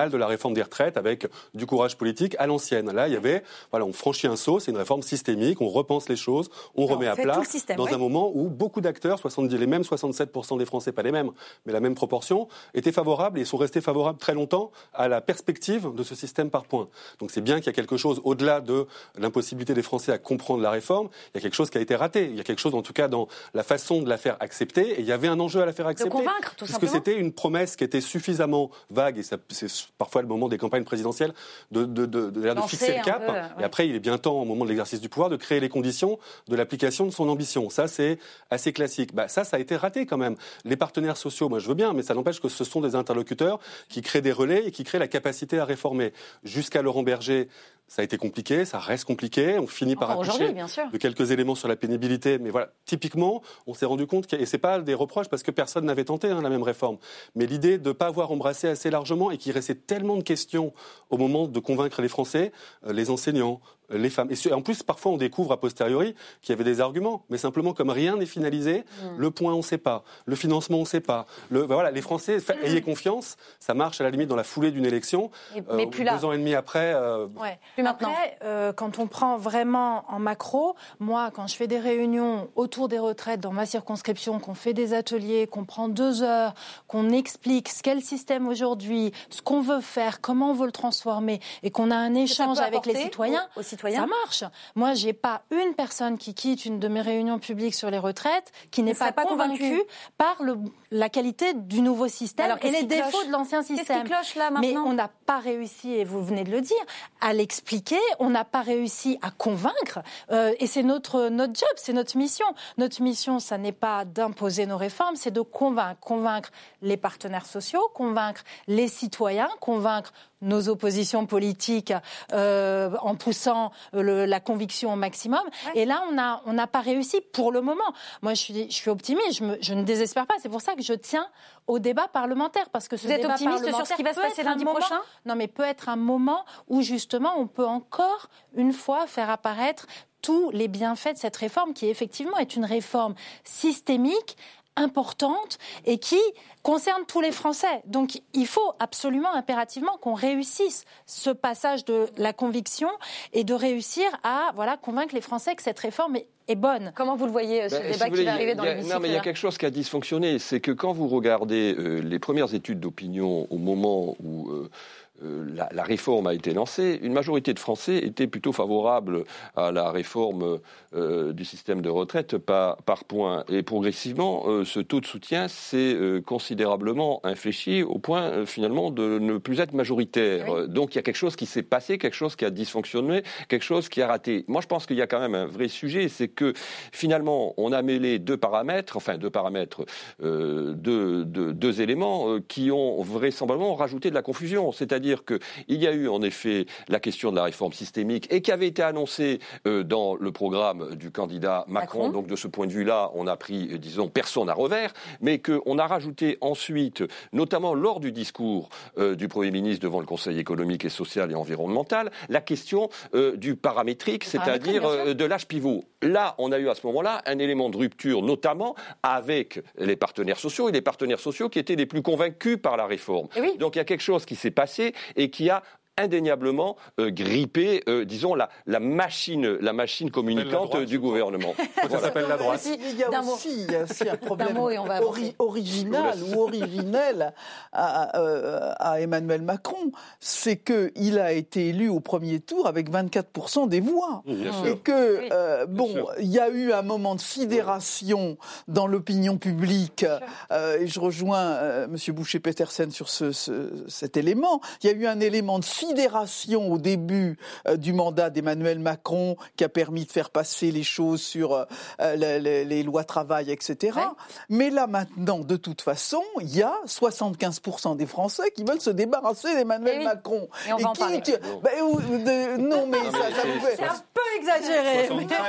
réforme des retraites avec du courage politique à l'ancienne. Là, il y avait, voilà, on franchit un saut, c'est une réforme systémique, on repense les choses, on, on remet à plat système, dans oui. un moment où beaucoup d'acteurs, soixante-dix, les mêmes soixante-sept pour cent des Français, pas les mêmes, mais la même proportion, étaient favorables et sont restés favorables très longtemps à la perspective de ce système par points. Donc c'est bien qu'il y a quelque chose, au-delà de l'impossibilité des Français à comprendre la réforme, il y a quelque chose qui a été raté. Il y a quelque chose, en tout cas, dans la façon de la faire accepter, et il y avait un enjeu à la faire accepter. De convaincre, tout parce simplement. Que c'était une promesse qui était suffisamment vague, et ça, c'est parfois le moment des campagnes présidentielles de, de, de, de, de, de fixer le cap. Peu, ouais. Et après, il est bien temps, au moment de l'exercice du pouvoir, de créer les conditions de l'application de son ambition. Ça, c'est assez classique. Bah, ça, ça a été raté quand même. Les partenaires sociaux, moi je veux bien, mais ça n'empêche que ce sont des interlocuteurs qui créent des relais et qui créent la capacité à réformer. Jusqu'à Laurent Berger, ça a été compliqué, ça reste compliqué. On finit par enfin, accoucher bien sûr. de quelques éléments sur la pénibilité. Mais voilà, typiquement, on s'est rendu compte, que, et c'est pas des reproches parce que personne n'avait tenté hein, la même réforme, mais l'idée de ne pas avoir embrassé assez largement et qu'il restait tellement de questions au moment de convaincre les Français, euh, les enseignants, les femmes. Et en plus, parfois, on découvre a posteriori qu'il y avait des arguments, mais simplement, comme rien n'est finalisé, mmh. le point, on ne sait pas, le financement, on ne sait pas. Le, ben voilà, les Français, fa- ayez confiance, ça marche à la limite dans la foulée d'une élection. Et, mais euh, plus deux là. ans et demi après. Euh, ouais. Plus maintenant. Après, euh, quand on prend vraiment en macro, moi, quand je fais des réunions autour des retraites dans ma circonscription, qu'on fait des ateliers, qu'on prend deux heures, qu'on explique ce qu'est le système aujourd'hui, ce qu'on veut faire, comment on veut le transformer, et qu'on a un échange avec les citoyens, aux, aux citoyens, ça marche. Moi, j'ai pas une personne qui quitte une de mes réunions publiques sur les retraites qui n'est pas, pas convaincue par le, la qualité du nouveau système alors, et les défauts cloche de l'ancien système. Qu'est-ce qui cloche là maintenant ? Mais on n'a pas réussi, et vous venez de le dire, à l'expliquer. On n'a pas réussi à convaincre. Euh, et c'est notre notre job, c'est notre mission. Notre mission, ça n'est pas d'imposer nos réformes, c'est de convaincre, convaincre les partenaires sociaux, convaincre les citoyens, convaincre nos oppositions politiques euh, en poussant le, la conviction au maximum. Ouais. Et là, on n'a on n'a pas réussi pour le moment. Moi, je suis, je suis optimiste, je, me, je ne désespère pas. C'est pour ça que je tiens au débat parlementaire. Parce que ce Vous êtes débat optimiste sur ce qui va se passer lundi moment, prochain ? Non, mais peut être un moment où, justement, on peut encore, une fois, faire apparaître tous les bienfaits de cette réforme, qui effectivement est une réforme systémique, importante et qui concerne tous les Français. Donc il faut absolument, impérativement qu'on réussisse ce passage de la conviction et de réussir à voilà, convaincre les Français que cette réforme est, est bonne. Comment vous le voyez, ce ben, débat si qui voulez, va arriver dans l'hémicycle ? Non, mais il y a quelque chose qui a dysfonctionné. C'est que quand vous regardez euh, les premières études d'opinion au moment où euh, Euh, la, la réforme a été lancée, une majorité de Français étaient plutôt favorables à la réforme euh, du système de retraite par, par points. Et progressivement, euh, ce taux de soutien s'est euh, considérablement infléchi au point euh, finalement de ne plus être majoritaire. Oui. Donc il y a quelque chose qui s'est passé, quelque chose qui a dysfonctionné, quelque chose qui a raté. Moi je pense qu'il y a quand même un vrai sujet, c'est que finalement on a mêlé deux paramètres, enfin deux paramètres, euh, deux, deux, deux éléments euh, qui ont vraisemblablement rajouté de la confusion. C'est-à-dire C'est-à-dire qu'il y a eu en effet la question de la réforme systémique et qui avait été annoncée euh, dans le programme du candidat Macron. Macron. Donc de ce point de vue-là, on a pris, euh, disons, personne à revers, mais qu'on a rajouté ensuite, notamment lors du discours euh, du Premier ministre devant le Conseil économique et social et environnemental, la question euh, du paramétrique, c'est-à-dire euh, de l'âge pivot. Là, on a eu à ce moment-là un élément de rupture, notamment avec les partenaires sociaux, et les partenaires sociaux qui étaient les plus convaincus par la réforme. Oui. Donc il y a quelque chose qui s'est passé et qui a indéniablement euh, grippé, euh, disons, la, la, machine, la machine communicante droite, du gouvernement. Ça voilà. s'appelle la droite. Il y a aussi, il y a aussi un problème ori- original ou originel à, euh, à Emmanuel Macron, c'est qu'il a été élu au premier tour avec vingt-quatre pour cent des voix. Bien et sûr. que, oui. euh, bon, il y a eu un moment de sidération dans l'opinion publique, euh, et je rejoins euh, M. Boucher-Petersen sur ce, ce, cet élément, il y a eu un élément de sidération au début euh, du mandat d'Emmanuel Macron qui a permis de faire passer les choses sur euh, les, les, les lois travail, et cetera. Ouais. Mais là maintenant, de toute façon, il y a soixante-quinze pour cent des Français qui veulent se débarrasser d'Emmanuel oui. Macron. Et on et va en qui, parler. Tu, bah, de, non, mais, non, ça, mais ça vous fait... C'est un peu exagéré.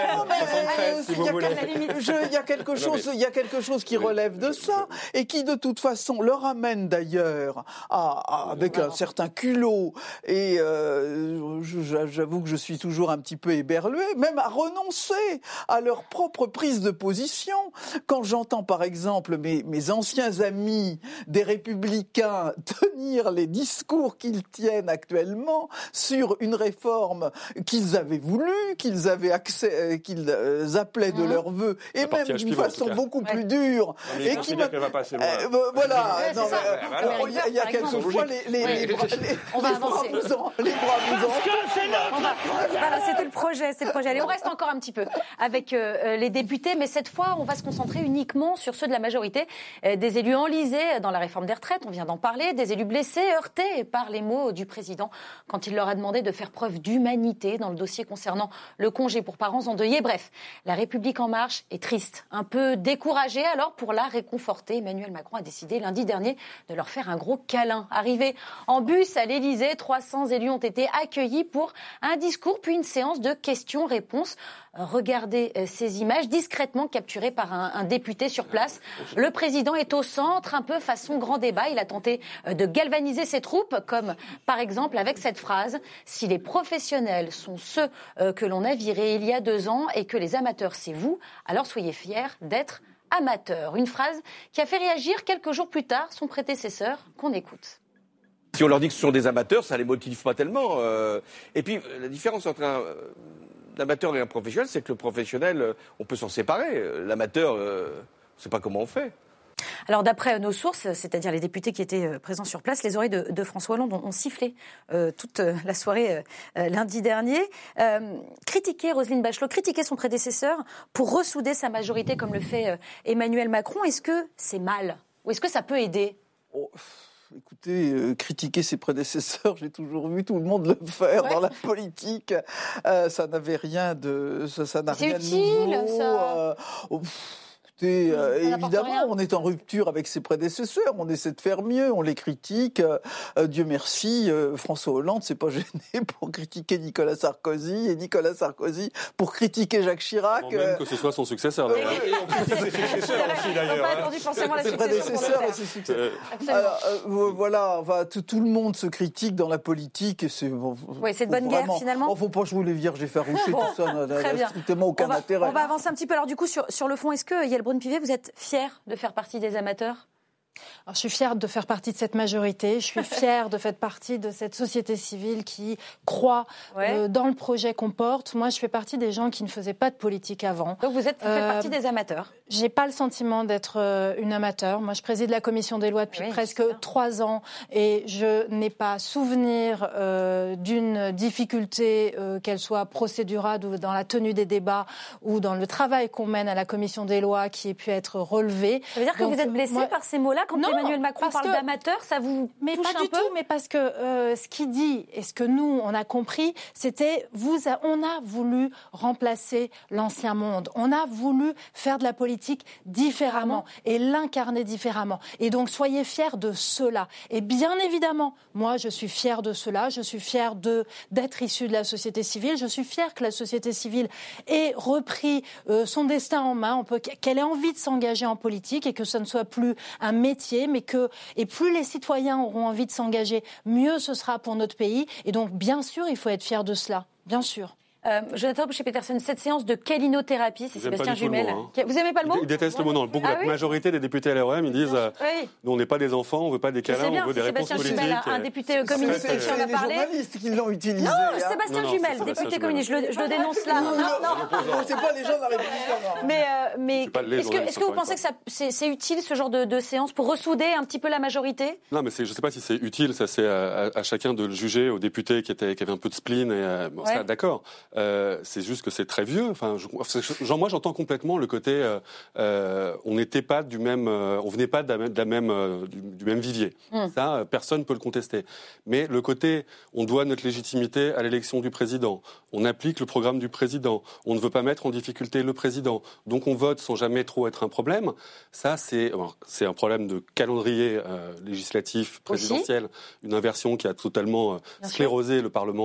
Il y a quelque chose, il y a quelque chose qui relève de ça et qui, de toute façon, leur amène d'ailleurs à, à, avec un certain culot. Et euh, je j'avoue que je suis toujours un petit peu éberlué, même à renoncer à leur propre prise de position. Quand j'entends par exemple mes, mes anciens amis des Républicains tenir les discours qu'ils tiennent actuellement sur une réforme qu'ils avaient voulu, qu'ils avaient accès, qu'ils appelaient de leur vœu, et même d'une façon beaucoup plus dure. Mais et qui qu'elle va passer loin. Euh, voilà. Ouais, non, mais, alors, il y a, il y a quelquefois les, les, ouais. les, les, les, on va les avancer. Bras vous en, les bras vous en. Voilà, c'était le projet, c'est le projet. Allez, on reste encore un petit peu avec euh, les députés, mais cette fois, on va se concentrer uniquement sur ceux de la majorité, euh, des élus enlisés dans la réforme des retraites. On vient d'en parler, des élus blessés, heurtés par les mots du président quand il leur a demandé de faire preuve d'humanité dans le dossier concernant le congé pour parents endeuillés. Bref, la République en marche est triste, un peu découragée. Alors, pour la réconforter, Emmanuel Macron a décidé lundi dernier de leur faire un gros câlin. Arrivés en bus à l'Élysée, trois cents élus ont été accueillis pour un discours puis une séance de questions-réponses. Regardez ces images discrètement capturées par un, un député sur place. Le président est au centre, un peu façon grand débat. Il a tenté de galvaniser ses troupes, comme par exemple avec cette phrase « Si les professionnels sont ceux que l'on a virés il y a deux ans et que les amateurs c'est vous, alors soyez fiers d'être amateurs ». Une phrase qui a fait réagir quelques jours plus tard son prédécesseur, qu'on écoute. Si on leur dit que ce sont des amateurs, ça les motive pas tellement. Euh... Et puis, la différence entre un euh, amateur et un professionnel, c'est que le professionnel, euh, on peut s'en séparer. L'amateur, euh, on ne sait pas comment on fait. Alors, d'après nos sources, c'est-à-dire les députés qui étaient présents sur place, les oreilles de, de François Hollande ont, ont sifflé euh, toute la soirée euh, lundi dernier. Euh, critiquer Roselyne Bachelot, critiquer son prédécesseur pour ressouder sa majorité comme le fait euh, Emmanuel Macron, est-ce que c'est mal ou est-ce que ça peut aider ? oh. Écoutez, euh, critiquer ses prédécesseurs, j'ai toujours vu tout le monde le faire ouais. dans la politique. Euh, ça n'avait rien de, ça, ça n'a c'est rien utile, de nouveau. Ça. Euh, oh, Écoutez, euh, évidemment, on est en rupture avec ses prédécesseurs, on essaie de faire mieux, on les critique. Euh, Dieu merci, euh, François Hollande s'est pas gêné pour critiquer Nicolas Sarkozy et Nicolas Sarkozy pour critiquer Jacques Chirac. Avant même que ce soit son successeur, d'ailleurs. Et, et en plus, c'est ses successeurs aussi, d'ailleurs. On n'a pas attendu forcément la succession. Ses prédécesseurs et ses successeurs. Alors, euh, voilà, enfin, tout, tout le monde se critique dans la politique et c'est. Bon, oui, c'est de bonne guerre finalement. Oh, faut pas jouer les vierges effarouchées, bon, tout ça n'a strictement aucun on va, intérêt. On va avancer un petit peu. Alors du coup, sur, sur le fond, est-ce que Yael Braun-Pivet, vous êtes fière de faire partie des amateurs ? Alors, je suis fière de faire partie de cette majorité. Je suis fière de faire partie de cette société civile qui croit ouais. euh, dans le projet qu'on porte. Moi, je fais partie des gens qui ne faisaient pas de politique avant. Donc, vous êtes vous faites euh, partie des amateurs ? J'ai pas le sentiment d'être euh, une amateur. Moi, je préside la commission des lois depuis oui, presque trois ans et je n'ai pas souvenir euh, d'une difficulté, euh, qu'elle soit procédurale ou dans la tenue des débats ou dans le travail qu'on mène à la commission des lois qui ait pu être relevé. Ça veut dire Donc, que vous êtes blessé moi... par ces mots-là quand non, Emmanuel Macron parle que... d'amateur, ça vous mais touche pas un du peu tout, mais parce que euh, ce qu'il dit et ce que nous on a compris, c'était vous, a, on a voulu remplacer l'ancien monde, on a voulu faire de la politique différemment et l'incarner différemment. Et donc soyez fiers de cela. Et bien évidemment, moi je suis fière de cela, je suis fière de d'être issue de la société civile, je suis fière que la société civile ait repris euh, son destin en main, on peut, qu'elle ait envie de s'engager en politique et que ce ne soit plus un métier, mais que et plus les citoyens auront envie de s'engager, mieux ce sera pour notre pays. Et donc, bien sûr, il faut être fier de cela, bien sûr. Euh, Jonathan Boucher-Peterson, cette séance de calinothérapie, c'est Sébastien Jumel. Mot, hein. Vous n'aimez pas le mot ? Ils détestent le mot, non. Beaucoup, ah, la oui majorité des députés L R E M, ils disent euh, oui. nous, on n'est pas des enfants, on ne veut pas des câlins, on veut des réponses politiques. Jumel, un député communiste qui en a parlé. C'est les journalistes qui l'ont utilisé. Non, Sébastien non, non, Jumel, député communiste, je le, je le dénonce là. Non, non, c'est pas les gens de la République. Mais, euh, mais est-ce que, est-ce que vous pensez que ça, c'est, c'est utile ce genre de, de séance pour ressouder un petit peu la majorité ? Non, mais c'est, je ne sais pas si c'est utile. Ça, c'est à, à, à chacun de le juger, aux députés qui, étaient, qui avaient un peu de spleen. Et, euh, bon, ouais. ça, d'accord. Euh, c'est juste que c'est très vieux. Enfin, je, genre, moi, j'entends complètement le côté. Euh, euh, on n'était pas du même. Euh, on venait pas de la, de la même euh, du, du même vivier. Mm. Ça, euh, personne peut le contester. Mais le côté, on doit notre légitimité à l'élection du président. On applique le programme du président. On ne veut pas mettre en difficulté le président. Donc, on vote sans jamais trop être un problème. Ça, c'est, c'est un problème de calendrier euh, législatif, présidentiel. Aussi. Une inversion qui a totalement euh, sclérosé le Parlement euh,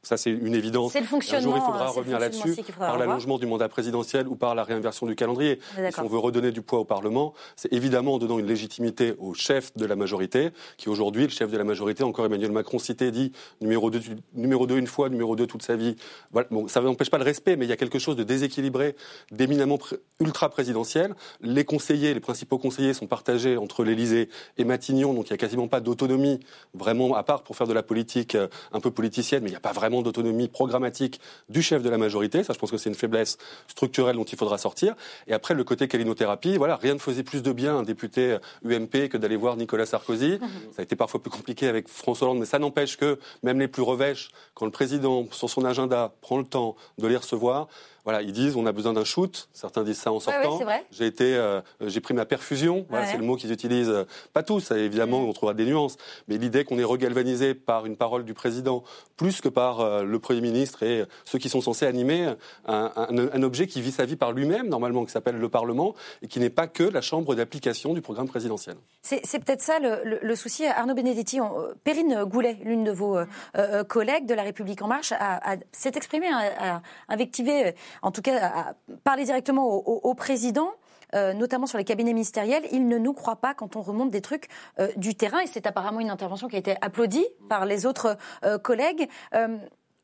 Ça, c'est une évidence. C'est le fonctionnement. Un jour, il faudra revenir là-dessus par l'allongement du mandat présidentiel ou par la réinversion du calendrier. Si on veut redonner du poids au Parlement, c'est évidemment en donnant une légitimité au chef de la majorité, qui aujourd'hui, le chef de la majorité, encore Emmanuel Macron cité, dit numéro deux, numéro deux une fois, numéro deux toute sa vie. Voilà. Bon, ça n'empêche pas le respect, mais il y a quelque chose de déséquilibré, d'éminemment pré- ultra-présidentiel. Les conseillers, les principaux conseillers sont partagés entre l'Élysée et Matignon, donc il n'y a quasiment pas d'autonomie, vraiment, à part pour faire de la politique euh, un peu politicienne, mais il n'y a pas vraiment d'autonomie programmatique du chef de la majorité. Ça, je pense que c'est une faiblesse structurelle dont il faudra sortir. Et après, le côté calinothérapie, voilà, rien ne faisait plus de bien à un député U M P que d'aller voir Nicolas Sarkozy. Mmh. Ça a été parfois plus compliqué avec François Hollande, mais ça n'empêche que même les plus revêches, quand le président, sur son agenda, prend le temps de les recevoir, voilà, ils disent on a besoin d'un shoot. Certains disent ça en sortant. Ouais, ouais, c'est vrai. J'ai été, euh, j'ai pris ma perfusion. Voilà, ouais. C'est le mot qu'ils utilisent. Pas tous, évidemment, mmh. on trouvera des nuances. Mais l'idée qu'on est regalvanisé par une parole du président, plus que par euh, le Premier ministre et ceux qui sont censés animer un, un, un objet qui vit sa vie par lui-même, normalement, qui s'appelle le Parlement, et qui n'est pas que la chambre d'application du programme présidentiel. C'est, c'est peut-être ça le, le, le souci. Arnaud Benedetti, on, euh, Perrine Goulet, l'une de vos euh, euh, collègues de La République En Marche, a, a, s'est exprimée, a, a invectivé, euh, en tout cas, a parlé directement au, au, au président. Euh, notamment sur les cabinets ministériels, il ne nous croit pas quand on remonte des trucs euh, du terrain. Et c'est apparemment une intervention qui a été applaudie par les autres euh, collègues. Euh,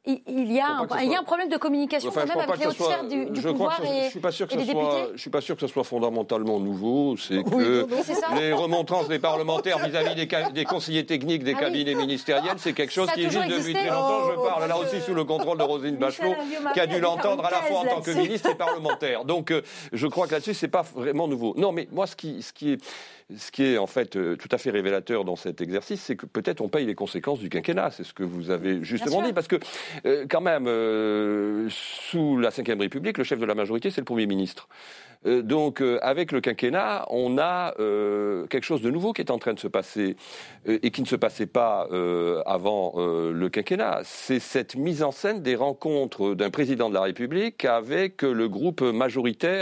Il y, a un, soit... il y a un problème de communication enfin, quand même avec les hautes sphères du, du pouvoir et, je suis pas sûr que et les soit, députés. Je ne suis pas sûr que ce soit fondamentalement nouveau. C'est oui, que oui, c'est les remontrances des parlementaires vis-à-vis des, ca- des conseillers techniques des ah, cabinets oui. ministériels, c'est quelque chose qui existe depuis très longtemps. Oh, je parle là aussi sous le contrôle de Roselyne Bachelot, qui a dû l'entendre à la fois en tant que ministre et parlementaire. Donc euh, je crois que là-dessus, c'est pas vraiment nouveau. Non, mais moi, ce qui, ce qui est... Ce qui est en fait euh, tout à fait révélateur dans cet exercice, c'est que peut-être on paye les conséquences du quinquennat. C'est ce que vous avez justement dit. Parce que euh, quand même, euh, sous la cinquième République, le chef de la majorité, c'est le Premier ministre. Euh, donc euh, avec le quinquennat, on a euh, quelque chose de nouveau qui est en train de se passer euh, et qui ne se passait pas euh, avant euh, le quinquennat. C'est cette mise en scène des rencontres d'un président de la République avec le groupe majoritaire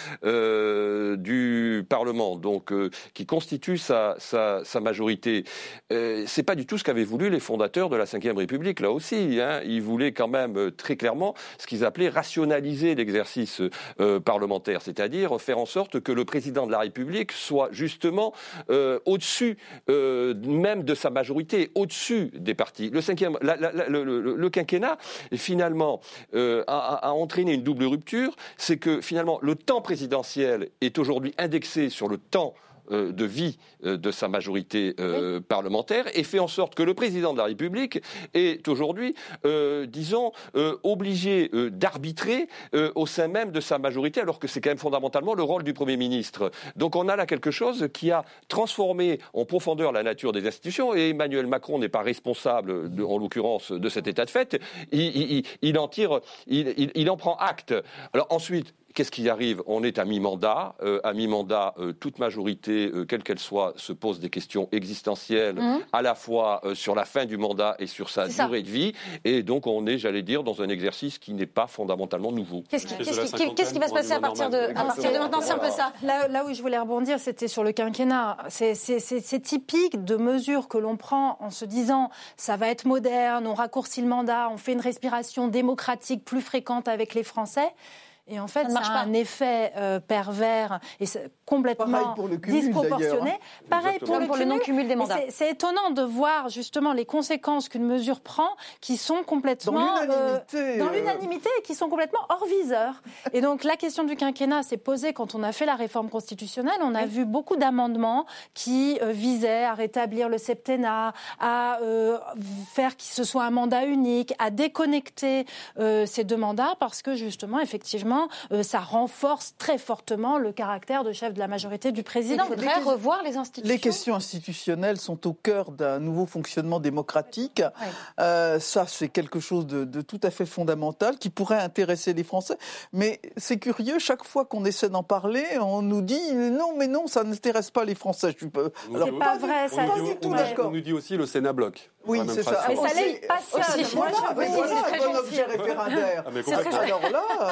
euh, du Parlement. Donc euh, qui constitue sa, sa, sa majorité. Euh, c'est pas du tout ce qu'avaient voulu les fondateurs de la cinquième République, là aussi. Hein. Ils voulaient quand même euh, très clairement ce qu'ils appelaient rationaliser l'exercice euh, parlementaire, c'est-à-dire faire en sorte que le président de la République soit justement euh, au-dessus euh, même de sa majorité, au-dessus des partis. Le, cinquième, la, la, la, le, le, le quinquennat, finalement, euh, a, a entraîné une double rupture. C'est que, finalement, le temps présidentiel est aujourd'hui indexé sur le temps de vie de sa majorité euh, oui. parlementaire et fait en sorte que le président de la République est aujourd'hui, euh, disons, euh, obligé euh, d'arbitrer euh, au sein même de sa majorité, alors que c'est quand même fondamentalement le rôle du Premier ministre. Donc on a là quelque chose qui a transformé en profondeur la nature des institutions, et Emmanuel Macron n'est pas responsable, de, en l'occurrence, de cet état de fait. Il, il, il en tire, il, il, il en prend acte. Alors ensuite, qu'est-ce qui arrive ? On est à mi-mandat. Euh, à mi-mandat, euh, toute majorité, euh, quelle qu'elle soit, se pose des questions existentielles, mmh. à la fois euh, sur la fin du mandat et sur sa C'est durée ça. de vie. Et donc, on est, j'allais dire, dans un exercice qui n'est pas fondamentalement nouveau. Qu'est-ce qui, qu'est-ce qui, qu'est-ce qui va se passer à partir de, à partir de maintenant ? C'est un peu ça. Là, là où je voulais rebondir, c'était sur le quinquennat. C'est, c'est, c'est, c'est typique de mesures que l'on prend en se disant ça va être moderne, on raccourcit le mandat, on fait une respiration démocratique plus fréquente avec les Français. Et en fait, ça, ça a un effet euh, pervers et c'est complètement pour le cumul, disproportionné. Pareil pour le, pour le non-cumul des mandats. C'est, c'est étonnant de voir justement les conséquences qu'une mesure prend qui sont complètement... Dans l'unanimité. Euh, dans l'unanimité et qui sont complètement hors viseur. Et donc la question du quinquennat s'est posée quand on a fait la réforme constitutionnelle. On a oui. vu beaucoup d'amendements qui euh, visaient à rétablir le septennat, à euh, faire qu'il ce soit un mandat unique, à déconnecter euh, ces deux mandats parce que justement, effectivement, Euh, ça renforce très fortement le caractère de chef de la majorité du président. Il faudrait les revoir les institutions. Les questions institutionnelles sont au cœur d'un nouveau fonctionnement démocratique. Oui. Euh, ça, c'est quelque chose de, de tout à fait fondamental qui pourrait intéresser les Français. Mais c'est curieux, chaque fois qu'on essaie d'en parler, on nous dit non, mais non, ça n'intéresse pas les Français. Je suis pas... Alors, c'est pas vrai, ça. Pas du tout on, d'accord. On nous dit aussi le Sénat bloque. Oui, c'est ça. Mais ça les passionne. Voilà, voilà, c'est un objet référendaire. Ah, Alors là. Euh,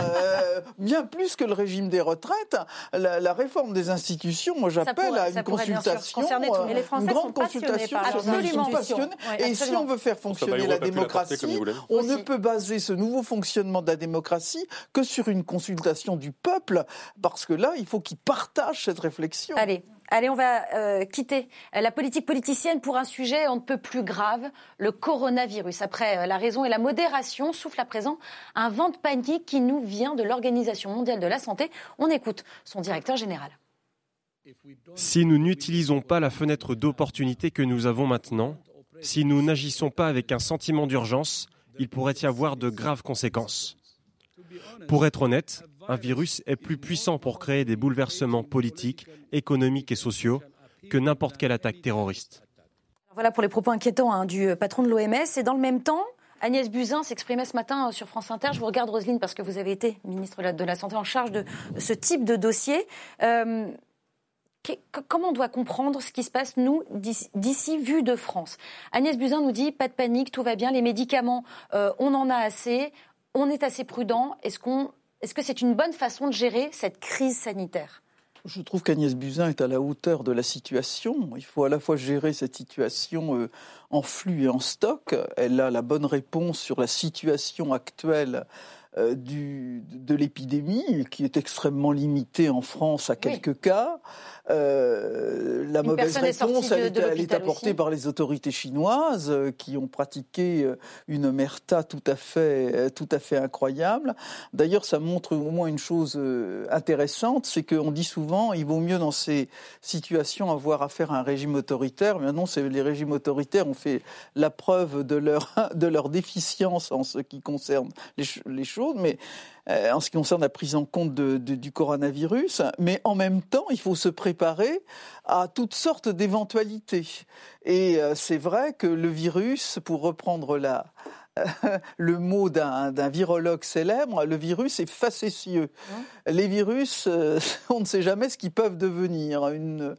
euh, bien plus que le régime des retraites, la, la réforme des institutions, moi j'appelle pourrait, à une consultation, euh, les Français une grande sont consultation. Par absolument passionnés. Oui, et absolument. Si on veut faire fonctionner la démocratie, on Aussi. ne peut baser ce nouveau fonctionnement de la démocratie que sur une consultation du peuple, parce que là, il faut qu'il partage cette réflexion. Allez. Allez, on va euh, quitter la politique politicienne pour un sujet on ne peut plus grave, le coronavirus. Après euh, la raison et la modération, souffle à présent un vent de panique qui nous vient de l'Organisation mondiale de la santé. On écoute son directeur général. Si nous n'utilisons pas la fenêtre d'opportunité que nous avons maintenant, si nous n'agissons pas avec un sentiment d'urgence, il pourrait y avoir de graves conséquences. Pour être honnête, un virus est plus puissant pour créer des bouleversements politiques, économiques et sociaux que n'importe quelle attaque terroriste. Voilà pour les propos inquiétants hein, du patron de l'O M S. Et dans le même temps, Agnès Buzyn s'exprimait ce matin sur France Inter. Je vous regarde, Roselyne, parce que vous avez été ministre de la Santé en charge de ce type de dossier. Euh, comment on doit comprendre ce qui se passe, nous, d'ici, d'ici vu de France ? Agnès Buzyn nous dit, pas de panique, tout va bien, les médicaments, euh, on en a assez, on est assez prudent. Est-ce qu'on... Est-ce que c'est une bonne façon de gérer cette crise sanitaire ? Je trouve qu'Agnès Buzyn est à la hauteur de la situation. Il faut à la fois gérer cette situation euh, en flux et en stock. Elle a la bonne réponse sur la situation actuelle euh, du, de l'épidémie, qui est extrêmement limitée en France à quelques oui. cas. Euh, la Une mauvaise réponse, elle, de, de elle est apportée aussi. par les autorités chinoises euh, qui ont pratiqué euh, une omerta tout à fait, euh, tout à fait incroyable. D'ailleurs, ça montre au moins une chose euh, intéressante, c'est qu'on dit souvent il vaut mieux dans ces situations avoir affaire à un régime autoritaire. Mais non, c'est, les régimes autoritaires ont fait la preuve de leur, de leur déficience en ce qui concerne les, les choses, mais en ce qui concerne la prise en compte de, de, du coronavirus, mais en même temps, il faut se préparer à toutes sortes d'éventualités. Et euh, c'est vrai que le virus, pour reprendre la, euh, le mot d'un, d'un virologue célèbre, le virus est facétieux. Mmh. Les virus, euh, on ne sait jamais ce qu'ils peuvent devenir. Une,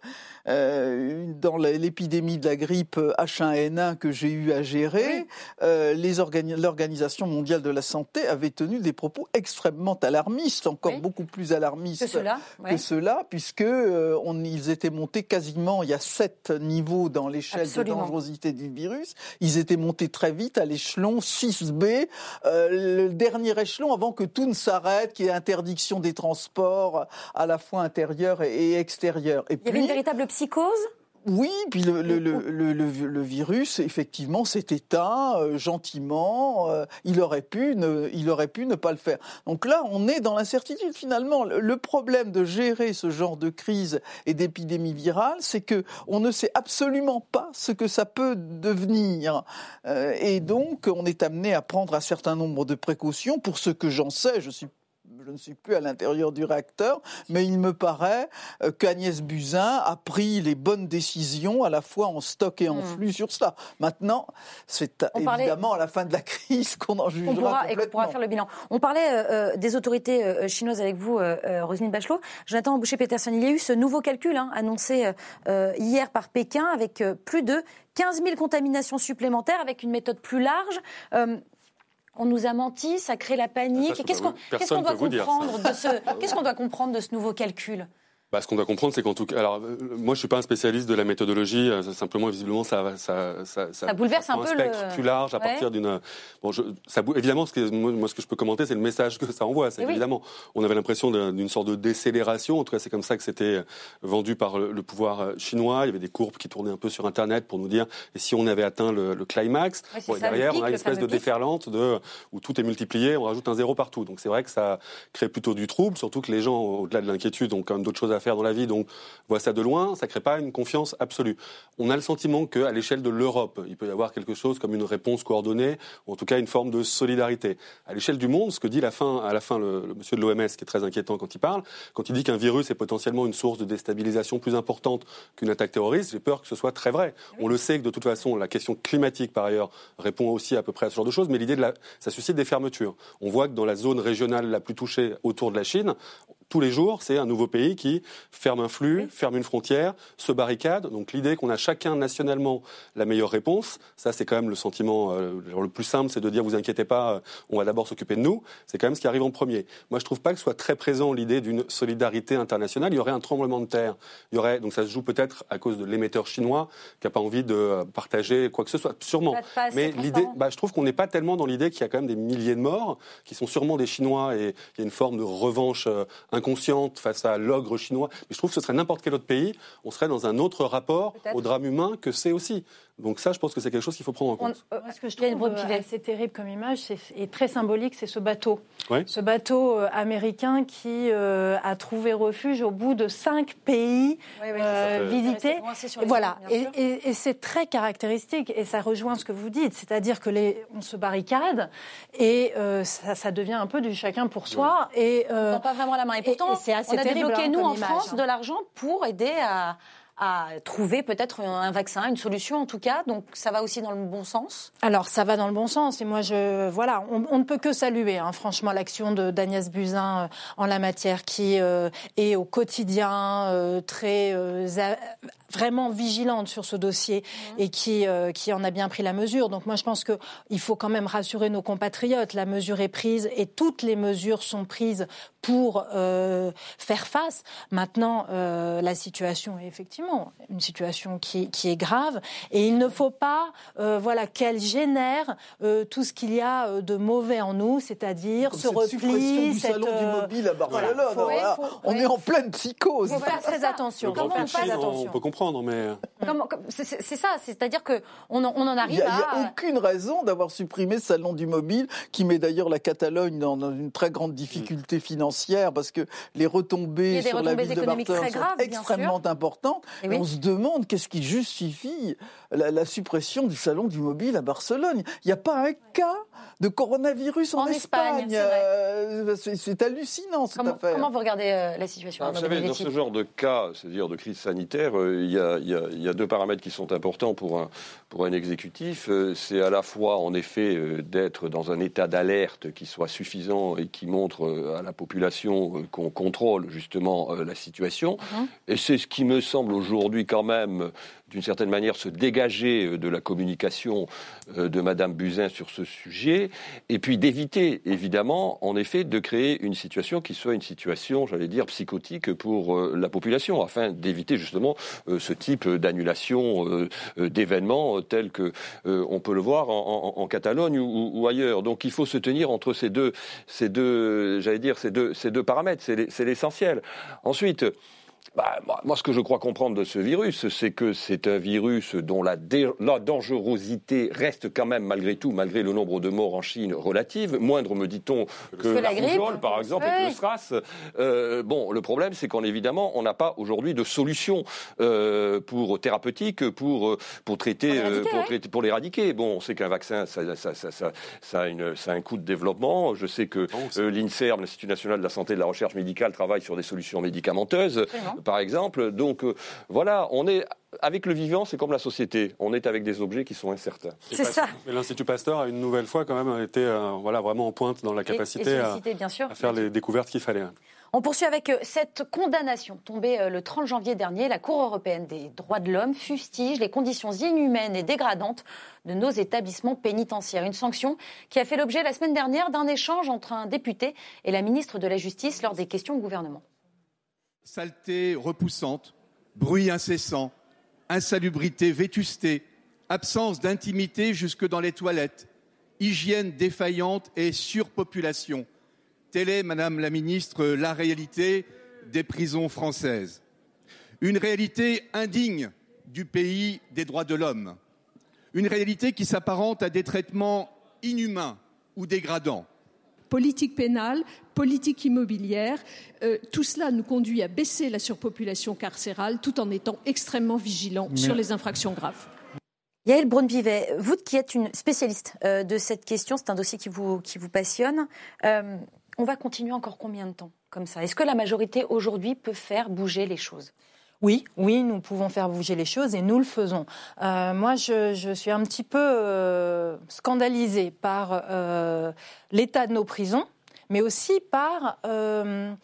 euh, une, dans l'épidémie de la grippe H un N un que j'ai eu à gérer, oui. euh, les organi- l'Organisation mondiale de la santé avait tenu des propos extrêmement alarmistes, encore oui. beaucoup plus alarmistes que cela, ouais. que cela puisque euh, on, ils étaient montés quasiment, il y a sept niveaux dans l'échelle Absolument. de dangerosité du virus, ils étaient montés très vite à l'échelon six B, euh, le dernier échelon avant que tout ne s'arrête, qu'il y ait interdiction des transports à la fois intérieurs et, et extérieurs. Et il y puis, avait une véritable psychose ? Oui, puis le, le, le, le, le, le virus, effectivement, s'est éteint euh, gentiment. Euh, il aurait pu ne, il aurait pu ne pas le faire. Donc là, on est dans l'incertitude. Finalement, le, le problème de gérer ce genre de crise et d'épidémie virale, c'est que on ne sait absolument pas ce que ça peut devenir. Euh, et donc, on est amené à prendre un certain nombre de précautions. Pour ce que j'en sais, je suis Je ne suis plus à l'intérieur du réacteur, mais il me paraît qu'Agnès Buzyn a pris les bonnes décisions à la fois en stock et en mmh. flux sur cela. Maintenant, c'est on évidemment parlait... à la fin de la crise qu'on en jugera on pourra, complètement. Et qu'on pourra faire le bilan. On parlait euh, des autorités euh, chinoises avec vous, euh, Roselyne Bachelot. Jonathan Boucher-Peterson, il y a eu ce nouveau calcul hein, annoncé euh, hier par Pékin avec euh, plus de quinze mille contaminations supplémentaires avec une méthode plus large. Euh, On nous a menti, ça crée la panique. Ça, qu'est-ce qu'on, qu'est-ce qu'on doit comprendre de ce, qu'est-ce qu'on doit comprendre de ce nouveau calcul ? Bah, ce qu'on doit comprendre, c'est qu'en tout cas, alors euh, moi je suis pas un spécialiste de la méthodologie. Euh, simplement, visiblement, ça, ça, ça, ça, ça bouleverse ça un, un peu spectre le plus large à ouais. partir d'une. Bon, je, ça, évidemment, ce que, moi, ce que je peux commenter, c'est le message que ça envoie. C'est évidemment, oui. on avait l'impression d'une sorte de décélération. En tout cas, c'est comme ça que c'était vendu par le, le pouvoir chinois. Il y avait des courbes qui tournaient un peu sur Internet pour nous dire et si on avait atteint le, le climax. Ouais, bon, ça, derrière, pic, on a une espèce de pic. déferlante de où tout est multiplié, on rajoute un zéro partout. Donc c'est vrai que ça crée plutôt du trouble, surtout que les gens, au-delà de l'inquiétude, ont quand même d'autres choses à faire dans la vie. Donc voit ça de loin, ça ne crée pas une confiance absolue. On a le sentiment qu'à l'échelle de l'Europe, il peut y avoir quelque chose comme une réponse coordonnée, ou en tout cas une forme de solidarité. À l'échelle du monde, ce que dit la fin, à la fin le, le monsieur de l'O M S, qui est très inquiétant quand il parle, quand il dit qu'un virus est potentiellement une source de déstabilisation plus importante qu'une attaque terroriste, j'ai peur que ce soit très vrai. On le sait que de toute façon, la question climatique, par ailleurs, répond aussi à peu près à ce genre de choses, mais l'idée de la, ça suscite des fermetures. On voit que dans la zone régionale la plus touchée autour de la Chine, tous les jours, c'est un nouveau pays qui ferme un flux, oui. ferme une frontière, se barricade. Donc l'idée qu'on a chacun nationalement la meilleure réponse, ça c'est quand même le sentiment euh, le plus simple, c'est de dire vous inquiétez pas, euh, on va d'abord s'occuper de nous. C'est quand même ce qui arrive en premier. Moi je trouve pas que ce soit très présent l'idée d'une solidarité internationale. Il y aurait un tremblement de terre. Il y aurait, donc ça se joue peut-être à cause de l'émetteur chinois qui n'a pas envie de partager quoi que ce soit, sûrement. Mais l'idée, bah, je trouve qu'on n'est pas tellement dans l'idée qu'il y a quand même des milliers de morts, qui sont sûrement des Chinois, et il y a une forme de revanche euh, inconsciente face à l'ogre chinois. Mais je trouve que ce serait n'importe quel autre pays, on serait dans un autre rapport peut-être. Au drame humain que c'est aussi. Donc ça, je pense que c'est quelque chose qu'il faut prendre en compte. On, euh, ce que je trouve euh, assez terrible comme image, c'est, et très symbolique, c'est ce bateau. Oui. Ce bateau euh, américain qui euh, a trouvé refuge au bout de cinq pays oui, oui, euh, visités. Et voilà. Et, et, et c'est très caractéristique, et ça rejoint ce que vous dites, c'est-à-dire que les, on se barricade et euh, ça, ça devient un peu du chacun pour soi. Oui. Et euh, on ne tend pas vraiment la main. Et pourtant, et, et c'est assez on a terrible, débloqué, hein, nous, en image, France, hein. de l'argent pour aider à... à trouver peut-être un vaccin, une solution en tout cas. Donc ça va aussi dans le bon sens. Alors ça va dans le bon sens. Et moi, je, voilà, on, on ne peut que saluer hein, franchement l'action de, d'Agnès Buzyn euh, en la matière, qui euh, est au quotidien euh, très... Euh, a, vraiment vigilante sur ce dossier mmh. et qui, euh, qui en a bien pris la mesure. Donc moi, je pense qu'il faut quand même rassurer nos compatriotes. La mesure est prise et toutes les mesures sont prises pour euh, faire face. Maintenant, euh, la situation est effectivement une situation qui, qui est grave et il ne faut pas euh, voilà, qu'elle génère euh, tout ce qu'il y a de mauvais en nous, c'est-à-dire ce repli. Cette suppression du cette, salon euh, du mobile à Barcelone. Voilà, faut, voilà. faut, on ouais. est en pleine psychose. Il faut faire très attention. Comment on, passe, attention. On peut comprendre. Mais... Comment, c'est, c'est ça, c'est-à-dire qu'on on en arrive à... Il n'y a, a aucune raison d'avoir supprimé ce salon du mobile, qui met d'ailleurs la Catalogne dans, dans une très grande difficulté financière, parce que les retombées sur retombées la ville de Barcelone sont graves, extrêmement importantes. Et, oui. et on se demande qu'est-ce qui justifie la, la suppression du salon du mobile à Barcelone. Il n'y a pas un cas de coronavirus en, en Espagne. Espagne c'est, euh, c'est, c'est hallucinant cette comment, affaire. Comment vous regardez euh, la situation? Ah, vous savez, dans ce genre de cas, c'est-à-dire de crise sanitaire, il y a, y a, y a deux paramètres qui sont importants pour un, pour un exécutif. C'est à la fois, en effet, d'être dans un état d'alerte qui soit suffisant et qui montre à la population qu'on contrôle justement la situation. Mmh. Et c'est ce qui me semble aujourd'hui quand même, d'une certaine manière, se dégager de la communication de Madame Buzyn sur ce sujet, et puis d'éviter, évidemment, en effet, de créer une situation qui soit une situation, j'allais dire, psychotique pour la population, afin d'éviter justement ce type d'annulation d'événements tels que on peut le voir en, en, en Catalogne ou, ou ailleurs. Donc il faut se tenir entre ces deux, ces deux, j'allais dire, ces deux, ces deux paramètres, c'est, c'est l'essentiel. Ensuite, Bah, moi, ce que je crois comprendre de ce virus, c'est que c'est un virus dont la, dé- la dangerosité reste quand même, malgré tout, malgré le nombre de morts en Chine, relative. Moindre, me dit-on, que, que la, la rougeole, par exemple, oui. et que le SRAS. Euh, bon, le problème, c'est qu'en évidemment, on n'a pas aujourd'hui de solution euh, pour thérapeutique pour pour traiter, pour, euh, pour, traiter pour l'éradiquer. Bon, on sait qu'un vaccin, ça, ça, ça, ça, ça, a une, ça a un coût de développement. Je sais que euh, l'INSERM, l'Institut national de la santé et de la recherche médicale, travaille sur des solutions médicamenteuses. Absolument. Par exemple, donc euh, voilà, on est avec le vivant, c'est comme la société, on est avec des objets qui sont incertains. C'est ça. Mais l'Institut Pasteur a une nouvelle fois quand même été euh, voilà vraiment en pointe dans la capacité et, et à, bien sûr, à faire les découvertes qu'il fallait. On poursuit avec cette condamnation tombée le trente janvier dernier. La Cour européenne des droits de l'homme fustige les conditions inhumaines et dégradantes de nos établissements pénitentiaires. Une sanction qui a fait l'objet la semaine dernière d'un échange entre un député et la ministre de la Justice lors des questions au gouvernement. Saleté repoussante, bruit incessant, insalubrité, vétusté, absence d'intimité jusque dans les toilettes, hygiène défaillante et surpopulation. Telle est, Madame la Ministre, la réalité des prisons françaises. Une réalité indigne du pays des droits de l'homme. Une réalité qui s'apparente à des traitements inhumains ou dégradants. Politique pénale, politique immobilière, euh, tout cela nous conduit à baisser la surpopulation carcérale tout en étant extrêmement vigilants Mais... sur les infractions graves. Yaël Braun-Pivet, vous qui êtes une spécialiste euh, de cette question, c'est un dossier qui vous, qui vous passionne, euh, on va continuer encore combien de temps comme ça ? Est-ce que la majorité aujourd'hui peut faire bouger les choses ? Oui, oui, nous pouvons faire bouger les choses et nous le faisons. Euh, moi, je, je suis un petit peu euh, scandalisée par euh, l'état de nos prisons, mais aussi par euh,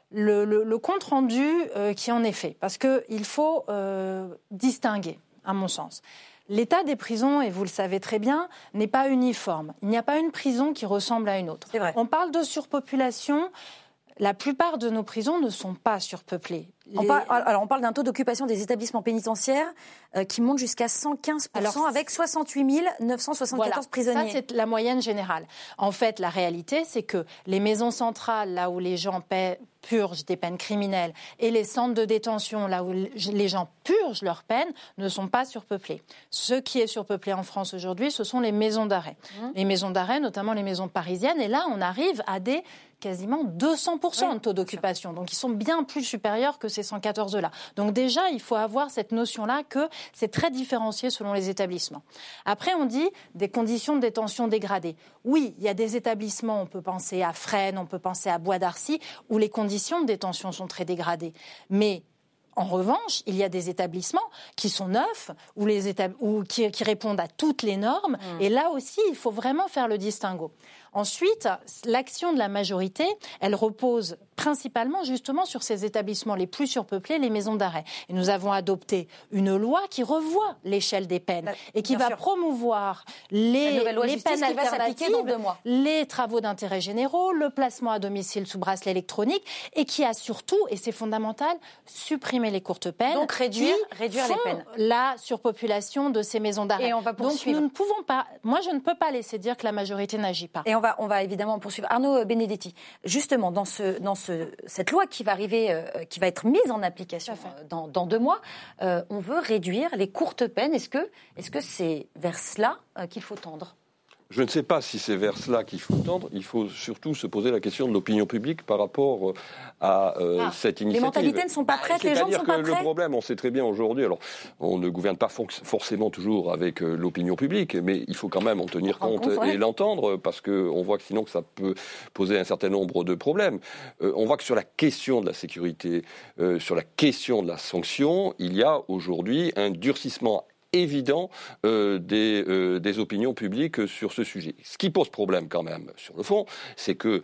le, le, le compte-rendu euh, qui en est fait. Parce qu'il faut euh, distinguer, à mon sens. L'état des prisons, et vous le savez très bien, n'est pas uniforme. Il n'y a pas une prison qui ressemble à une autre. C'est vrai. On parle de surpopulation. La plupart de nos prisons ne sont pas surpeuplées. Les... On parle, alors on parle d'un taux d'occupation des établissements pénitentiaires euh, qui monte jusqu'à cent quinze pour cent alors, avec soixante-huit mille neuf cent soixante-quatorze voilà, prisonniers. Ça, c'est la moyenne générale. En fait, la réalité, c'est que les maisons centrales, là où les gens paient, purgent des peines criminelles, et les centres de détention, là où les gens purgent leurs peines, ne sont pas surpeuplés. Ce qui est surpeuplé en France aujourd'hui, ce sont les maisons d'arrêt. Mmh. Les maisons d'arrêt, notamment les maisons parisiennes, et là, on arrive à des quasiment deux cents pour cent oui, de taux d'occupation. Donc, ils sont bien plus supérieurs que ces cent quatorze-là. Donc, déjà, il faut avoir cette notion-là que c'est très différencié selon les établissements. Après, on dit des conditions de détention dégradées. Oui, il y a des établissements, on peut penser à Fresnes, on peut penser à Bois d'Arcy, où les conditions de détention sont très dégradées. Mais en revanche, il y a des établissements qui sont neufs ou, les étab... ou qui, qui répondent à toutes les normes. Mmh. Et là aussi, il faut vraiment faire le distinguo. Ensuite, l'action de la majorité, elle repose principalement justement sur ces établissements les plus surpeuplés, les maisons d'arrêt. Et nous avons adopté une loi qui revoit l'échelle des peines et qui Bien va sûr. promouvoir les, les peines alternatives, les travaux d'intérêt généraux, le placement à domicile sous bracelet électronique et qui a surtout, et c'est fondamental, supprimé les courtes peines. Donc réduire, réduire les peines. La surpopulation de ces maisons d'arrêt. Et on va poursuivre. Donc nous ne pouvons pas, moi je ne peux pas laisser dire que la majorité n'agit pas. Et on va, on va évidemment poursuivre. Arnaud Benedetti, justement, dans, ce, dans ce, cette loi qui va arriver, euh, qui va être mise en application euh, dans, dans deux mois, euh, on veut réduire les courtes peines. Est-ce que, est-ce que c'est vers cela euh, qu'il faut tendre ? Je ne sais pas si c'est vers cela qu'il faut tendre. Il faut surtout se poser la question de l'opinion publique par rapport à euh, ah, cette initiative. Les mentalités ne sont pas prêtes, les gens ne sont pas prêts. C'est-à-dire que le problème, on sait très bien aujourd'hui, alors on ne gouverne pas forcément toujours avec euh, l'opinion publique, mais il faut quand même en tenir compte, compte ouais. et l'entendre, parce qu'on voit que sinon que ça peut poser un certain nombre de problèmes. Euh, on voit que sur la question de la sécurité, euh, sur la question de la sanction, il y a aujourd'hui un durcissement évident euh, des, euh, des opinions publiques sur ce sujet. Ce qui pose problème quand même sur le fond, c'est que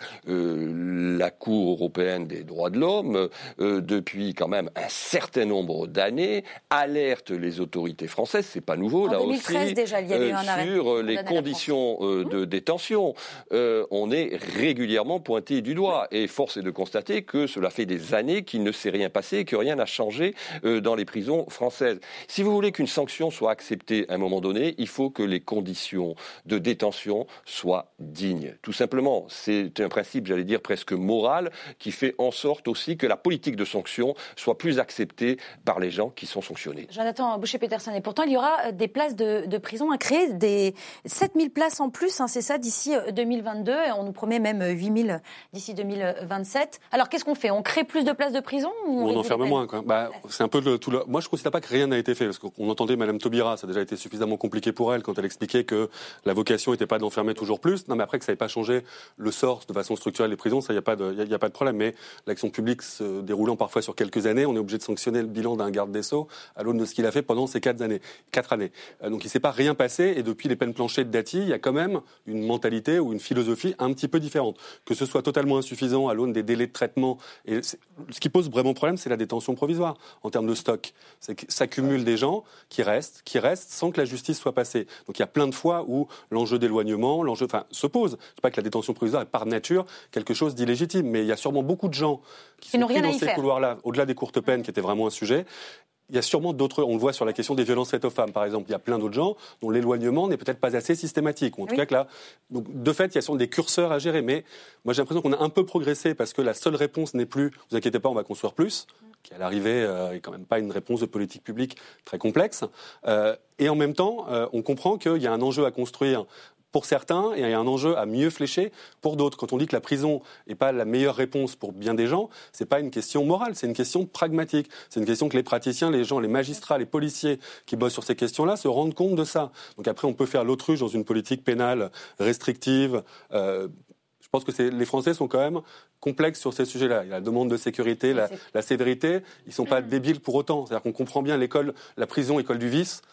euh, la Cour européenne des droits de l'homme, euh, depuis quand même un certain nombre d'années, alerte les autorités françaises, c'est pas nouveau, en là deux mille treize aussi, déjà, il y avait euh, eu un arrêt sur les conditions euh, de détention. Euh, on est régulièrement pointé du doigt et force est de constater que cela fait des années qu'il ne s'est rien passé, que rien n'a changé euh, dans les prisons françaises. Si vous voulez qu'une sanction soit acceptée à un moment donné, il faut que les conditions de détention soient dignes. Tout simplement, c'est un principe, j'allais dire, presque moral, qui fait en sorte aussi que la politique de sanction soit plus acceptée par les gens qui sont sanctionnés. Jonathan Boucher-Peterson, et pourtant il y aura des places de, de prison à créer, des sept mille places en plus, hein, c'est ça, d'ici deux mille vingt-deux, et on nous promet même huit mille d'ici deux mille vingt-sept. Alors qu'est-ce qu'on fait ? On crée plus de places de prison ou on, on enferme moins, quoi. Bah, c'est un peu le, tout le... Moi je ne considère pas que rien n'a été fait, parce qu'on entendait Mme Taubira, ça a déjà été suffisamment compliqué pour elle quand elle expliquait que la vocation n'était pas d'enfermer toujours plus. Non, mais après que ça n'avait pas changé le sort de façon structurelle des prisons, ça, il n'y a pas de, y a, y a pas de problème. Mais l'action publique se déroulant parfois sur quelques années, on est obligé de sanctionner le bilan d'un garde des Sceaux à l'aune de ce qu'il a fait pendant ces quatre années. Quatre années. Euh, donc il ne s'est pas rien passé, et depuis les peines planchées de Dati, il y a quand même une mentalité ou une philosophie un petit peu différente. Que ce soit totalement insuffisant à l'aune des délais de traitement. Et ce qui pose vraiment problème, c'est la détention provisoire en termes de stock. C'est que s'accumulent des gens qui restent, qui restent sans que la justice soit passée. Donc il y a plein de fois où l'enjeu d'éloignement, l'enjeu, enfin, se pose. Je ne dis pas que la détention provisoire est par nature quelque chose d'illégitime, mais il y a sûrement beaucoup de gens qui sont pris dans ces couloirs-là, au-delà des courtes peines, qui étaient vraiment un sujet. Il y a sûrement d'autres, on le voit sur la question des violences faites aux femmes, par exemple. Il y a plein d'autres gens dont l'éloignement n'est peut-être pas assez systématique. Ou en tout oui. cas que là, donc, de fait, il y a sûrement des curseurs à gérer. Mais moi, j'ai l'impression qu'on a un peu progressé parce que la seule réponse n'est plus « vous inquiétez pas, on va construire plus », qui à l'arrivée euh, est quand même pas une réponse de politique publique très complexe. Euh, et en même temps, euh, on comprend qu'il y a un enjeu à construire pour certains, et il y a un enjeu à mieux flécher pour d'autres. Quand on dit que la prison n'est pas la meilleure réponse pour bien des gens, c'est pas une question morale, c'est une question pragmatique. C'est une question que les praticiens, les gens, les magistrats, les policiers qui bossent sur ces questions-là se rendent compte de ça. Donc après, on peut faire l'autruche dans une politique pénale restrictive. Euh, je pense que c'est, les Français sont quand même complexes sur ces sujets-là. Il y a la demande de sécurité, la, la sévérité. Ils ne sont pas débiles pour autant. C'est-à-dire qu'on comprend bien l'école, la prison, école du vice.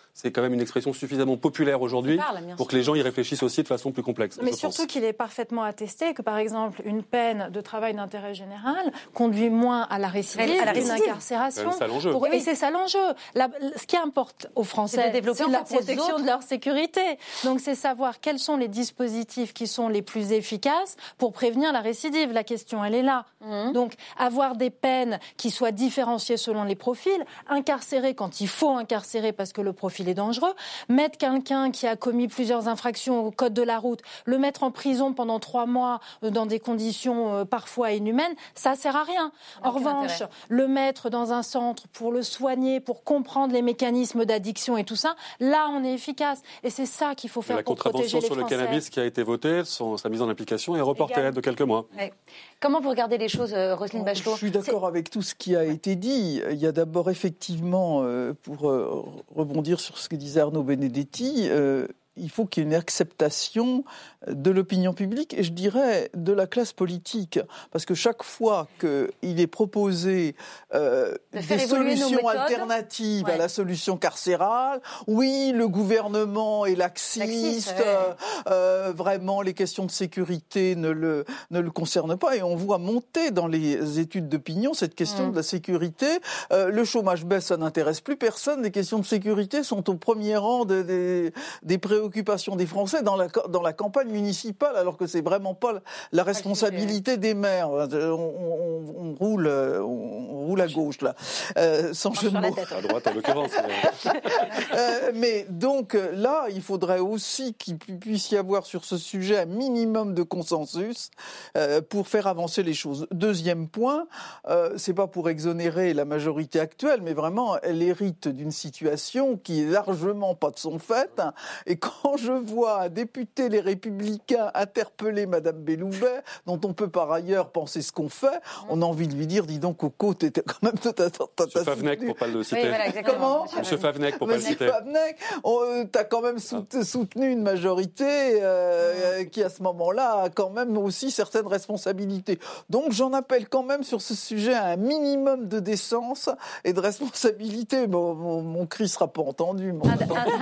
c'est quand même une expression suffisamment populaire aujourd'hui parle, pour que les gens y réfléchissent aussi de façon plus complexe. Mais surtout qu'il est parfaitement attesté que, par exemple, une peine de travail d'intérêt général conduit moins à la récidive, à une incarcération. C'est ça l'enjeu. Pour... Et c'est ça l'enjeu. La... Ce qui importe aux Français, c'est de c'est la protection autres... de leur sécurité. Donc c'est savoir quels sont les dispositifs qui sont les plus efficaces pour prévenir la récidive. La question, elle est là. Mmh. Donc avoir des peines qui soient différenciées selon les profils, incarcérer quand il faut incarcérer parce que le profil est dangereux, mettre quelqu'un qui a commis plusieurs infractions au code de la route, le mettre en prison pendant trois mois dans des conditions euh, parfois inhumaines, ça sert à rien. En revanche, intérêt. Le mettre dans un centre pour le soigner, pour comprendre les mécanismes d'addiction et tout ça, là on est efficace. Et c'est ça qu'il faut faire la pour protéger les Français. La contravention sur le cannabis qui a été votée, son, sa mise en application est reportée de quelques mois. Ouais. Comment vous regardez les choses, euh, Roselyne Bachelot ? Je suis d'accord avec tout ce qui a été dit. Il y a d'abord effectivement, euh, pour euh, rebondir sur ce que disait Arnaud Benedetti, euh, il faut qu'il y ait une acceptation de l'opinion publique et je dirais de la classe politique. Parce que chaque fois qu'il est proposé euh, de des solutions alternatives ouais. à la solution carcérale, oui, le gouvernement est laxiste, laxiste ouais. euh, euh, vraiment les questions de sécurité ne le, ne le concernent pas et on voit monter dans les études d'opinion cette question mmh. de la sécurité. Euh, le chômage baisse, ça n'intéresse plus personne. Les questions de sécurité sont au premier rang de, de, des préoccupations des Français dans la, dans la campagne municipale, alors que c'est vraiment pas la responsabilité des maires. On, on, on roule, on roule à gauche là, euh, sans jeu de mots. À droite, à l'occurrence. euh, mais donc là, il faudrait aussi qu'il puisse y avoir sur ce sujet un minimum de consensus euh, pour faire avancer les choses. Deuxième point, euh, c'est pas pour exonérer la majorité actuelle, mais vraiment, elle hérite d'une situation qui est largement pas de son fait. Et quand je vois un député Les Républicains interpeller Madame Belloubet, dont on peut par ailleurs penser ce qu'on fait, on a envie de lui dire, dis donc, Coco, t'étais quand même tout à fait... Monsieur Favnec, pour pas le citer. Oui, voilà, Comment Monsieur Favnec, pour pas le citer. Favnec, on, t'as quand même soutenu une majorité euh, qui, à ce moment-là, a quand même aussi certaines responsabilités. Donc, j'en appelle quand même sur ce sujet à un minimum de décence et de responsabilité. Bon, mon, mon cri sera pas entendu. Un,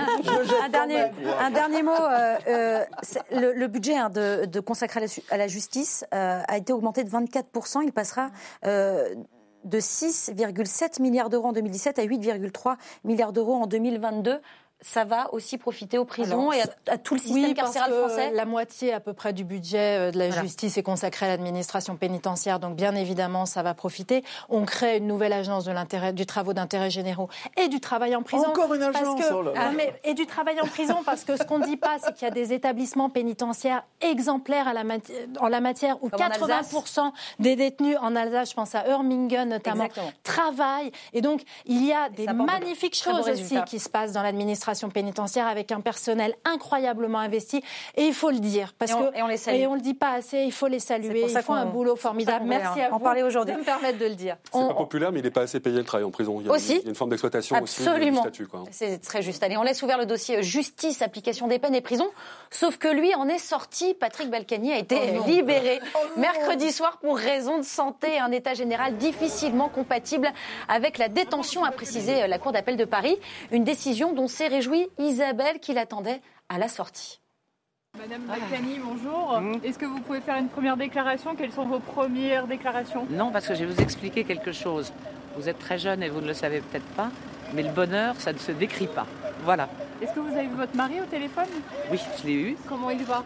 un, un, dernier, un dernier mot. Euh, euh, le, le budget hein, de, de consacré à la, à la justice euh, a été augmenté de vingt-quatre pour cent. Il passera euh, de six virgule sept milliards d'euros en deux mille dix-sept à huit virgule trois milliards d'euros en deux mille vingt-deux. Ça va aussi profiter aux prisons Alors, et à, à tout le système oui, carcéral français. La moitié à peu près du budget de la voilà. justice est consacrée à l'administration pénitentiaire, donc bien évidemment ça va profiter. On crée une nouvelle agence de l'intérêt, du travaux d'intérêt généraux et du travail en prison. Encore une agence parce que, oh là là. Non, mais, et du travail en prison parce que ce qu'on ne dit pas, c'est qu'il y a des établissements pénitentiaires exemplaires à la mati- en la matière où Comme quatre-vingts pour cent des détenus en Alsace, je pense à Eurmingen notamment, Exactement. travaillent. Et donc il y a des magnifiques choses aussi qui se passent dans l'administration pénitentiaire avec un personnel incroyablement investi et il faut le dire parce et on, que et on les salue. Et on le dit pas assez, il faut les saluer, ils font un boulot formidable. Merci à en vous parler aujourd'hui. de me permettre de le dire. C'est on... pas populaire, mais il n'est pas assez payé le travail en prison. Il y a, aussi, une, il y a une forme d'exploitation Absolument. aussi du statut. Quoi. C'est très juste. Allez, on laisse ouvert le dossier justice, application des peines et prison. Sauf que lui en est sorti. Patrick Balkany a été oh libéré oh mercredi soir pour raison de santé, un état général difficilement compatible avec la détention, a précisé la Cour d'appel de Paris. Une décision dont s'est réjouie Isabelle qui l'attendait à la sortie. Madame Balkany, bonjour. Mmh. Est-ce que vous pouvez faire une première déclaration ? Quelles sont vos premières déclarations ? Non, parce que je vais vous expliquer quelque chose. Vous êtes très jeune et vous ne le savez peut-être pas, mais le bonheur, ça ne se décrit pas. Voilà. Est-ce que vous avez vu votre mari au téléphone ? Oui, je l'ai eu. Comment il va ?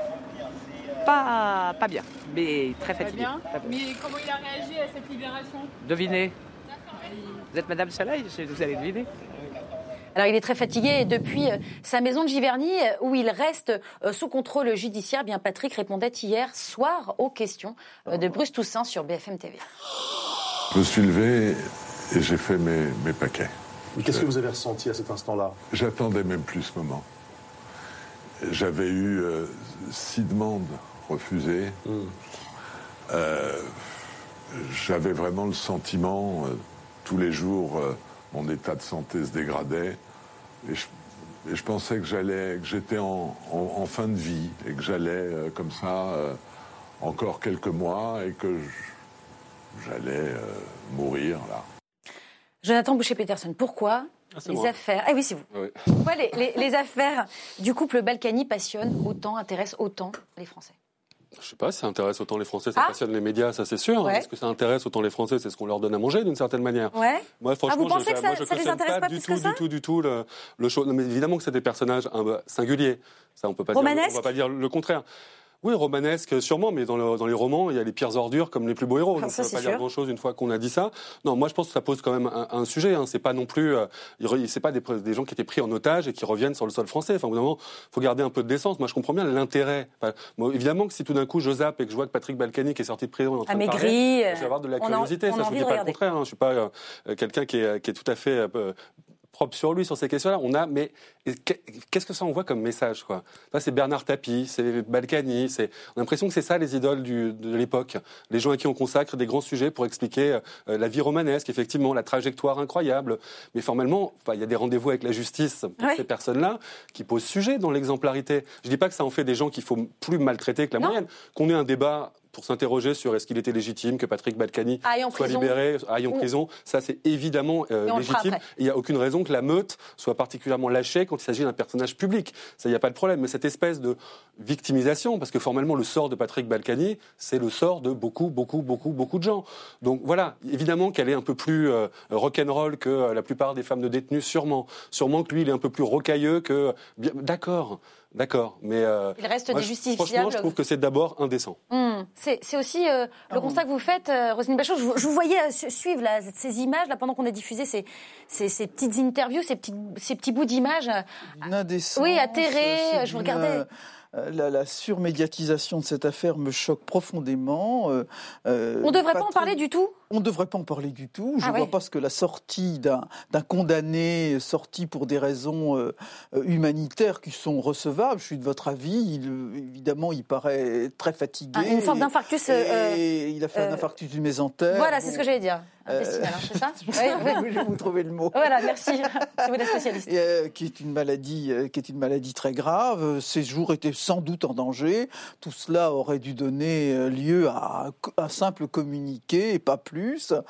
Pas, pas bien, mais très fatigué. Pas bien. Pas bien. Mais comment il a réagi à cette libération ? Devinez. Vous êtes Madame Soleil, vous allez deviner. Alors il est très fatigué et depuis sa maison de Giverny où il reste sous contrôle judiciaire, eh bien Patrick répondait hier soir aux questions de Bruce Toussaint sur B F M T V. Je me suis levé et j'ai fait mes, mes paquets. Mais qu'est-ce que vous avez ressenti à cet instant-là ? J'attendais même plus ce moment. J'avais eu euh, six demandes refusées. Mmh. Euh, j'avais vraiment le sentiment, euh, tous les jours, euh, mon état de santé se dégradait. Et je, et je pensais que, j'allais, que j'étais en, en, en fin de vie et que j'allais, euh, comme ça, euh, encore quelques mois et que je, j'allais euh, mourir, là. Jonathan Boucher-Peterson, pourquoi ah, les moi. affaires... Ah oui, c'est vous. Oui. Pourquoi les, les, les affaires du couple Balkany passionnent autant, intéressent autant les Français ? Je sais pas, si ça intéresse autant les Français, ça ah. passionne les médias, ça c'est sûr. Ouais. Est-ce que ça intéresse autant les Français ? C'est ce qu'on leur donne à manger d'une certaine manière. Ouais. Moi, franchement, ah, vous pensez je, que ça, moi, je ça les intéresse pas, pas du plus tout, que ça ? du tout, du tout, le, le show. Non, mais évidemment que c'est des personnages hein, singuliers. Ça, on peut pas Romanesque ? dire, on va pas dire le contraire. Oui, romanesque, sûrement, mais dans, le, dans les romans, il y a les pires ordures comme les plus beaux héros. Ah, donc ça, ça ne veut pas sûr. dire grand-chose une fois qu'on a dit ça. Non, moi, je pense que ça pose quand même un, un sujet. Hein. C'est pas non plus, euh, c'est pas des, des gens qui étaient pris en otage et qui reviennent sur le sol français. Enfin, au bout d'un moment, faut garder un peu de décence. Moi, je comprends bien l'intérêt. Enfin, bon, évidemment que si tout d'un coup je zappe et que je vois que Patrick Balkany qui est sorti de prison est en train de parler, je vais avoir de la curiosité. On ça, a je ne dis pas le contraire. Hein. Je suis pas euh, quelqu'un qui est, qui est tout à fait euh, propre sur lui sur ces questions-là. On a, mais qu'est-ce que ça envoie comme message, quoi ? Ça, c'est Bernard Tapie, c'est Balkany, c'est. On a l'impression que c'est ça les idoles du, de l'époque. Les gens à qui on consacre des grands sujets pour expliquer euh, la vie romanesque, effectivement, la trajectoire incroyable. Mais formellement, il y a des rendez-vous avec la justice pour ouais. ces personnes-là qui posent sujet dans l'exemplarité. Je dis pas que ça en fait des gens qu'il faut plus maltraiter que la non. moyenne. Qu'on ait un débat pour s'interroger sur est-ce qu'il était légitime que Patrick Balkany soit prison. libéré, aille en Ou... prison. Ça, c'est évidemment euh, légitime. Il n'y a aucune raison que la meute soit particulièrement lâchée quand il s'agit d'un personnage public. Ça, il n'y a pas de problème. Mais cette espèce de victimisation, parce que formellement, le sort de Patrick Balkany, c'est le sort de beaucoup, beaucoup, beaucoup, beaucoup de gens. Donc voilà, évidemment qu'elle est un peu plus euh, rock'n'roll que euh, la plupart des femmes de détenus, sûrement. Sûrement que lui, il est un peu plus rocailleux que... Bien, d'accord. D'accord, mais euh, il reste moi, des justifiables. Franchement, je trouve que c'est d'abord indécent. Mmh. C'est, c'est aussi euh, le constat que vous faites, euh, Roselyne Bachelot. Je, je vous voyais euh, suivre là, ces images là pendant qu'on a diffusé ces, ces, ces petites interviews, ces petits, ces petits bouts d'images. Une indécence. Oui, atterrés. Je vous regardais. La, la surmédiatisation de cette affaire me choque profondément. Euh, On ne devrait Patrick... pas en parler du tout ? On ne devrait pas en parler du tout. Je ne ah vois ouais. pas ce que la sortie d'un, d'un condamné sorti pour des raisons euh, humanitaires qui sont recevables. Je suis de votre avis. Il, évidemment, il paraît très fatigué. Ah, une sorte d'infarctus. Et, euh, et il a fait euh, un infarctus du mésentère. Voilà, c'est ce que j'allais dire. Intestinal, euh... c'est ça oui, oui. Je vais vous trouver le mot. Voilà, merci. C'est vous la spécialiste. Et, euh, qui est une maladie, euh, qui est une maladie très grave. Ses jours étaient sans doute en danger. Tout cela aurait dû donner lieu à un simple communiqué et pas plus.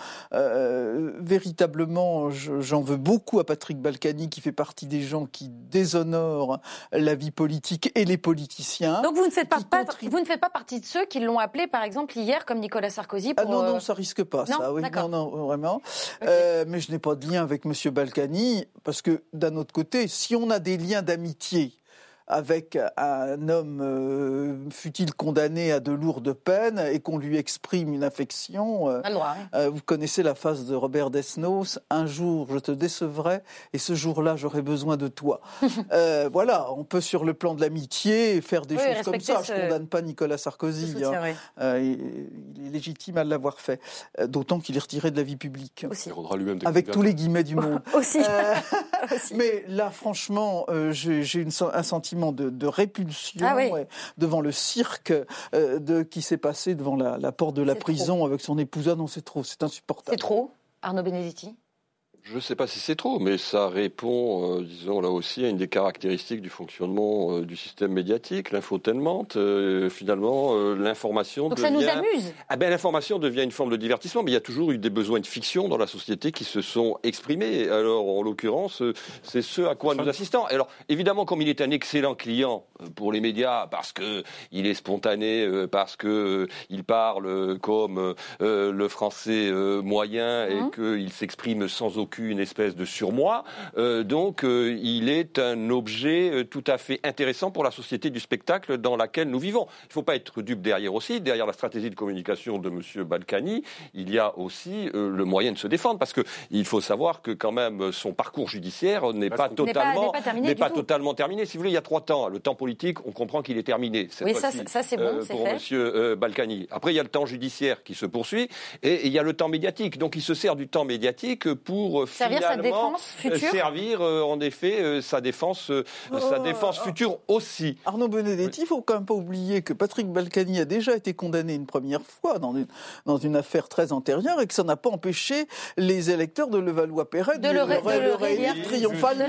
Euh, véritablement, je, j'en veux beaucoup à Patrick Balkany, qui fait partie des gens qui déshonorent la vie politique et les politiciens. Donc vous ne faites pas, pas contrib... vous ne faites pas partie de ceux qui l'ont appelé, par exemple, hier, comme Nicolas Sarkozy. Pour, ah non, non, ça risque pas, non, ça. Oui, d'accord. non, non, vraiment. Okay. Euh, mais je n'ai pas de lien avec M. Balkany, parce que d'un autre côté, si on a des liens d'amitié avec un homme, euh, fut-il condamné à de lourdes peines, et qu'on lui exprime une affection. Euh, droit, oui. euh, vous connaissez la phrase de Robert Desnos, « Un jour, je te décevrai, et ce jour-là, j'aurai besoin de toi. » euh, Voilà, on peut, sur le plan de l'amitié, faire des oui, choses comme ça. Ce... Je ne condamne pas Nicolas Sarkozy. Soutien, hein. oui. euh, il, il est légitime à l'avoir fait. Euh, d'autant qu'il est retiré de la vie publique. Aussi. Il rendra lui-même des avec tous les guillemets du monde. Aussi. Euh, Aussi. Mais là, franchement, euh, j'ai, j'ai une, un sentiment de, de répulsion ah oui. ouais, devant le cirque euh, de, qui s'est passé devant la, la porte de la c'est prison trop. Avec son épouse. Ah non, c'est trop, c'est insupportable. C'est trop, Arnaud Benedetti? Je ne sais pas si c'est trop, mais ça répond, euh, disons là aussi, à une des caractéristiques du fonctionnement euh, du système médiatique, l'infotainment. Euh, finalement, euh, l'information Donc devient... Donc ça nous amuse. Ah ben, l'information devient une forme de divertissement, mais il y a toujours eu des besoins de fiction dans la société qui se sont exprimés. Alors, en l'occurrence, euh, c'est ce à quoi nous assistons. Alors, évidemment, comme il est un excellent client pour les médias, parce que il est spontané, euh, parce que euh, il parle comme euh, le français euh, moyen mmh. et qu'il s'exprime sans aucun une espèce de surmoi, euh, donc euh, il est un objet euh, tout à fait intéressant pour la société du spectacle dans laquelle nous vivons. Il ne faut pas être dupe derrière aussi, derrière la stratégie de communication de M. Balkany, il y a aussi euh, le moyen de se défendre, parce qu'il faut savoir que quand même son parcours judiciaire n'est pas, pas totalement, n'est pas, n'est pas terminé. N'est pas totalement terminé. Si vous voulez, il y a trois temps. Le temps politique, on comprend qu'il est terminé. Cette oui, ça, ça c'est bon, euh, c'est pour fait. M. Euh, Balkany. Après, il y a le temps judiciaire qui se poursuit, et, et il y a le temps médiatique. Donc il se sert du temps médiatique pour servir sa défense future. Servir, euh, en effet, euh, sa défense, euh, oh, sa défense oh, future aussi. Arnaud Benedetti, il ne faut quand même pas oublier que Patrick Balkany a déjà été condamné une première fois dans une, dans une affaire très antérieure et que ça n'a pas empêché les électeurs de Levallois-Perret de, de, de le, ré, de le réélire triomphalement.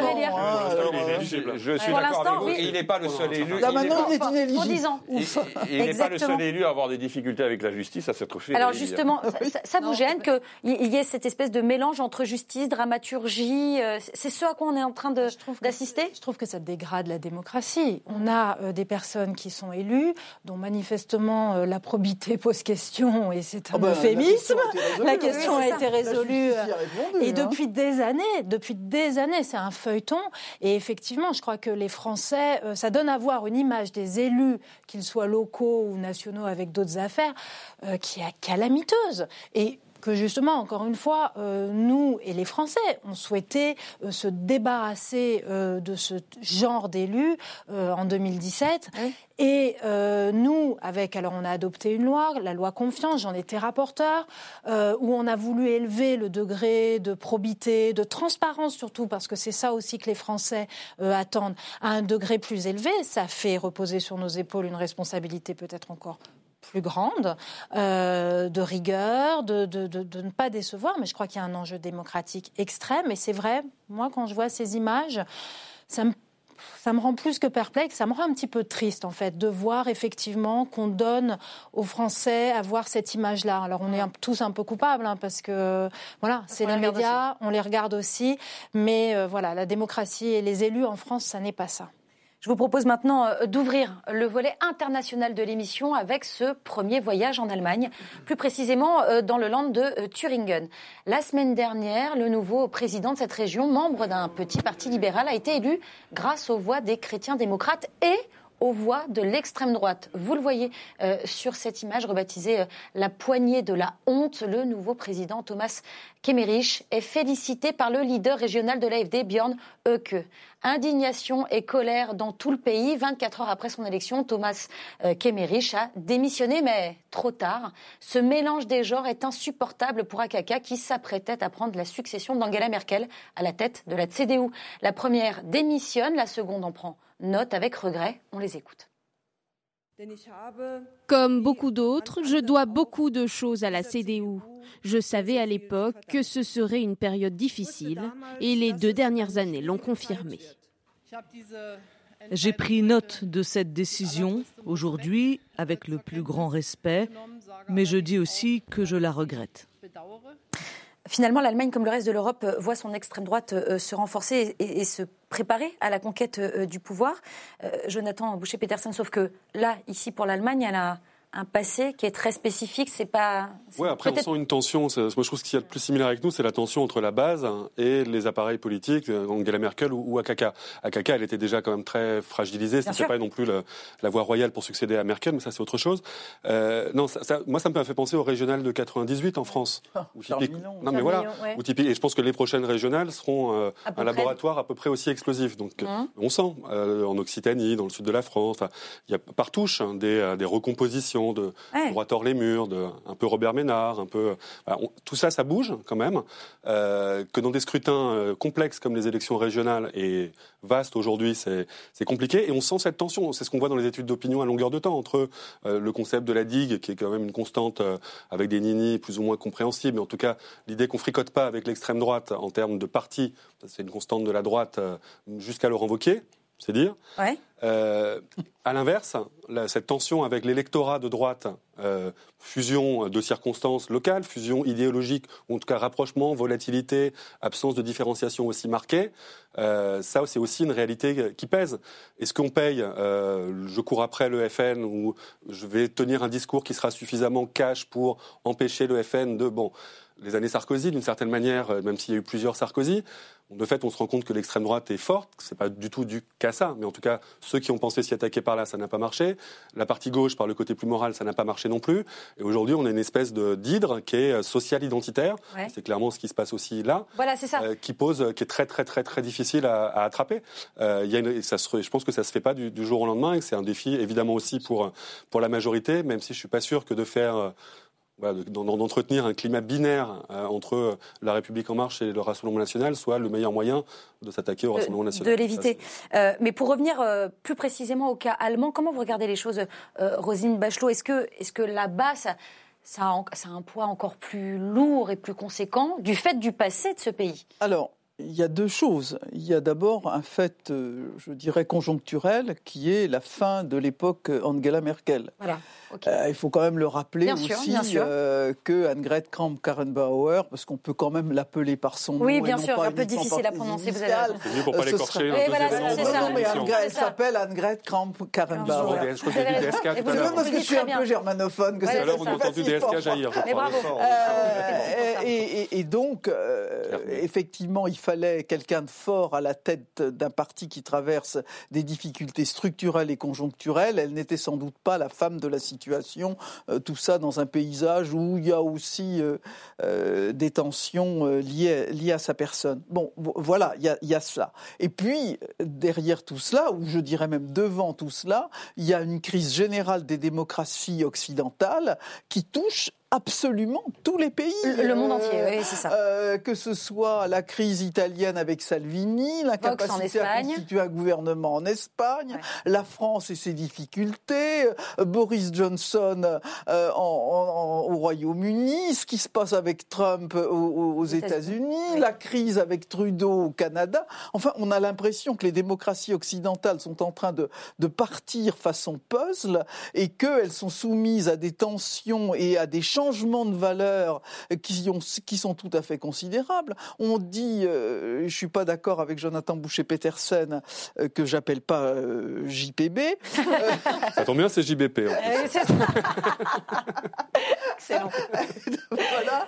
Je suis d'accord avec vous. Il n'est pas le seul élu. Là maintenant, il est inéligible. Il n'est pas le seul élu à avoir des difficultés avec la justice, à s'être fait. Alors justement, ça vous gêne qu'il y ait cette espèce de mélange entre justice crisis, dramaturgie, euh, c'est ce à quoi on est en train de, je trouve d'assister. Que, je trouve que ça dégrade la démocratie. On a euh, des personnes qui sont élues, dont manifestement euh, la probité pose question, et c'est un oh ben, euphémisme. La question a été résolue. Et hein. depuis des années, depuis des années, c'est un feuilleton. Et effectivement, je crois que les Français, euh, ça donne à voir une image des élus, qu'ils soient locaux ou nationaux avec d'autres affaires, euh, qui est calamiteuse. Et que justement, encore une fois, euh, nous et les Français, on souhaitait euh, se débarrasser euh, de ce genre d'élus euh, en deux mille dix-sept. Oui. Et euh, nous, avec, alors on a adopté une loi, la loi Confiance, j'en étais rapporteur, euh, où on a voulu élever le degré de probité, de transparence surtout, parce que c'est ça aussi que les Français euh, attendent, à un degré plus élevé. Ça fait reposer sur nos épaules une responsabilité peut-être encore plus grande, euh, de rigueur, de, de, de, de ne pas décevoir, mais je crois qu'il y a un enjeu démocratique extrême, et c'est vrai, moi quand je vois ces images, ça me, ça me rend plus que perplexe, ça me rend un petit peu triste en fait, de voir effectivement qu'on donne aux Français à voir cette image-là. Alors on est un, tous un peu coupables, hein, parce que voilà, parce c'est les médias, aussi. On les regarde aussi, mais euh, voilà, la démocratie et les élus en France, ça n'est pas ça. Je vous propose maintenant d'ouvrir le volet international de l'émission avec ce premier voyage en Allemagne, plus précisément dans le land de Thüringen. La semaine dernière, le nouveau président de cette région, membre d'un petit parti libéral, a été élu grâce aux voix des chrétiens démocrates et aux voix de l'extrême droite. Vous le voyez euh, sur cette image rebaptisée euh, la poignée de la honte. Le nouveau président Thomas Kemmerich est félicité par le leader régional de l'A F D, Björn Höcke. Indignation et colère dans tout le pays. vingt-quatre heures après son élection, Thomas euh, Kemmerich a démissionné, mais trop tard. Ce mélange des genres est insupportable pour A K K qui s'apprêtait à prendre la succession d'Angela Merkel à la tête de la C D U. La première démissionne, la seconde en prend note avec regret. On les écoute. Comme beaucoup d'autres, je dois beaucoup de choses à la C D U. Je savais à l'époque que ce serait une période difficile et les deux dernières années l'ont confirmé. J'ai pris note de cette décision aujourd'hui avec le plus grand respect, mais je dis aussi que je la regrette. Finalement, l'Allemagne, comme le reste de l'Europe, voit son extrême droite se renforcer et, et se préparer à la conquête du pouvoir. Euh, Jonathan Boucher-Petersen, sauf que là, ici, pour l'Allemagne, elle a un passé qui est très spécifique. C'est pas. Oui, après, on sent une tension. Moi, je trouve que ce qu'il y a de plus similaire avec nous, c'est la tension entre la base et les appareils politiques, Angela Merkel ou, ou A K K. A K K, elle était déjà quand même très fragilisée. Ce n'était pas non plus le, la voie royale pour succéder à Merkel, mais ça, c'est autre chose. Euh, non, ça, ça, moi, ça me fait penser au régional de quatre-vingt-dix-huit en France. Ah, où typique, non, mais voilà. Ouais. Où typique, et je pense que les prochaines régionales seront euh, un près. laboratoire à peu près aussi explosif. Donc, mmh. on sent euh, en Occitanie, dans le sud de la France, il y a par touche hein, des, des recompositions de ouais. droit hors les murs, de un peu Robert Ménard, un peu. Voilà, on, tout ça, ça bouge quand même. Euh, que dans des scrutins euh, complexes comme les élections régionales et vastes aujourd'hui, c'est, c'est compliqué. Et on sent cette tension. C'est ce qu'on voit dans les études d'opinion à longueur de temps entre euh, le concept de la digue, qui est quand même une constante euh, avec des ninis plus ou moins compréhensibles, mais en tout cas l'idée qu'on fricote pas avec l'extrême droite en termes de parti, c'est une constante de la droite euh, jusqu'à Laurent Wauquiez. C'est dire. Ouais. Euh, à l'inverse, la, cette tension avec l'électorat de droite, euh, fusion de circonstances locales, fusion idéologique, ou en tout cas rapprochement, volatilité, absence de différenciation aussi marquée, euh, ça c'est aussi une réalité qui pèse. Est-ce qu'on paye, euh, je cours après le F N, ou je vais tenir un discours qui sera suffisamment cash pour empêcher le F N de... Bon, les années Sarkozy, d'une certaine manière, même s'il y a eu plusieurs Sarkozy, de fait, on se rend compte que l'extrême droite est forte. C'est pas du tout dû qu'à ça, mais en tout cas, ceux qui ont pensé s'y attaquer par là, ça n'a pas marché. La partie gauche, par le côté plus moral, ça n'a pas marché non plus. Et aujourd'hui, on a une espèce de d'hydre qui est social-identitaire. Ouais. C'est clairement ce qui se passe aussi là. Voilà, c'est ça. Euh, qui pose, qui est très, très, très, très difficile à, à attraper. Euh, il y a une, ça se, je pense que ça se fait pas du, du jour au lendemain, et que c'est un défi évidemment aussi pour pour la majorité, même si je suis pas sûr que de faire euh, Voilà, d'entretenir un climat binaire euh, entre La République En Marche et le Rassemblement National soit le meilleur moyen de s'attaquer au Rassemblement National. De l'éviter. Euh, mais pour revenir euh, plus précisément au cas allemand, comment vous regardez les choses, euh, Roselyne Bachelot ? Est-ce que, est-ce que là-bas, ça, ça, a, ça a un poids encore plus lourd et plus conséquent du fait du passé de ce pays ? Alors, il y a deux choses. Il y a d'abord un fait, euh, je dirais, conjoncturel, qui est la fin de l'époque Angela Merkel. Voilà. Okay. Euh, il faut quand même le rappeler bien aussi sûr, bien sûr. Euh, que Annegret Kramp-Karrenbauer, parce qu'on peut quand même l'appeler par son nom. Oui, bien sûr, un peu difficile à prononcer. Vous avez raison. C'est mieux pour pas l'écorcher. Oui, voilà, c'est ça. Non, mais elle s'appelle Annegret Kramp-Karrenbauer. Je crois que j'ai dit D S K tout à l'heure. C'est même parce que je suis un peu germanophone que c'est ça. Tout à l'heure, on a entendu D S K jaillir. Mais bravo. Et donc, effectivement, il fallait quelqu'un de fort à la tête d'un parti qui traverse des difficultés structurelles et conjoncturelles. Elle n'était sans doute pas la femme de la situation. Euh, tout ça dans un paysage où il y a aussi euh, euh, des tensions euh, liées, liées à sa personne. Bon, voilà, il y a, il y a cela. Et puis, derrière tout cela, ou je dirais même devant tout cela, il y a une crise générale des démocraties occidentales qui touche absolument tous les pays. Le monde entier, euh, oui, c'est ça. Euh, que ce soit la crise italienne avec Salvini, l'incapacité à constituer un gouvernement en Espagne, ouais. la France et ses difficultés, euh, Boris Johnson euh, en, en, au Royaume-Uni, ce qui se passe avec Trump aux, aux États-Unis, oui. la crise avec Trudeau au Canada. Enfin, on a l'impression que les démocraties occidentales sont en train de, de partir façon puzzle et qu'elles sont soumises à des tensions et à des changements changements de valeurs qui, ont, qui sont tout à fait considérables. On dit, euh, je ne suis pas d'accord avec Jonathan Boucher-Petersen, euh, que je n'appelle pas euh, J P B. Ça tombe bien, c'est J B P. En plus. Euh, c'est ça. Excellent. Voilà.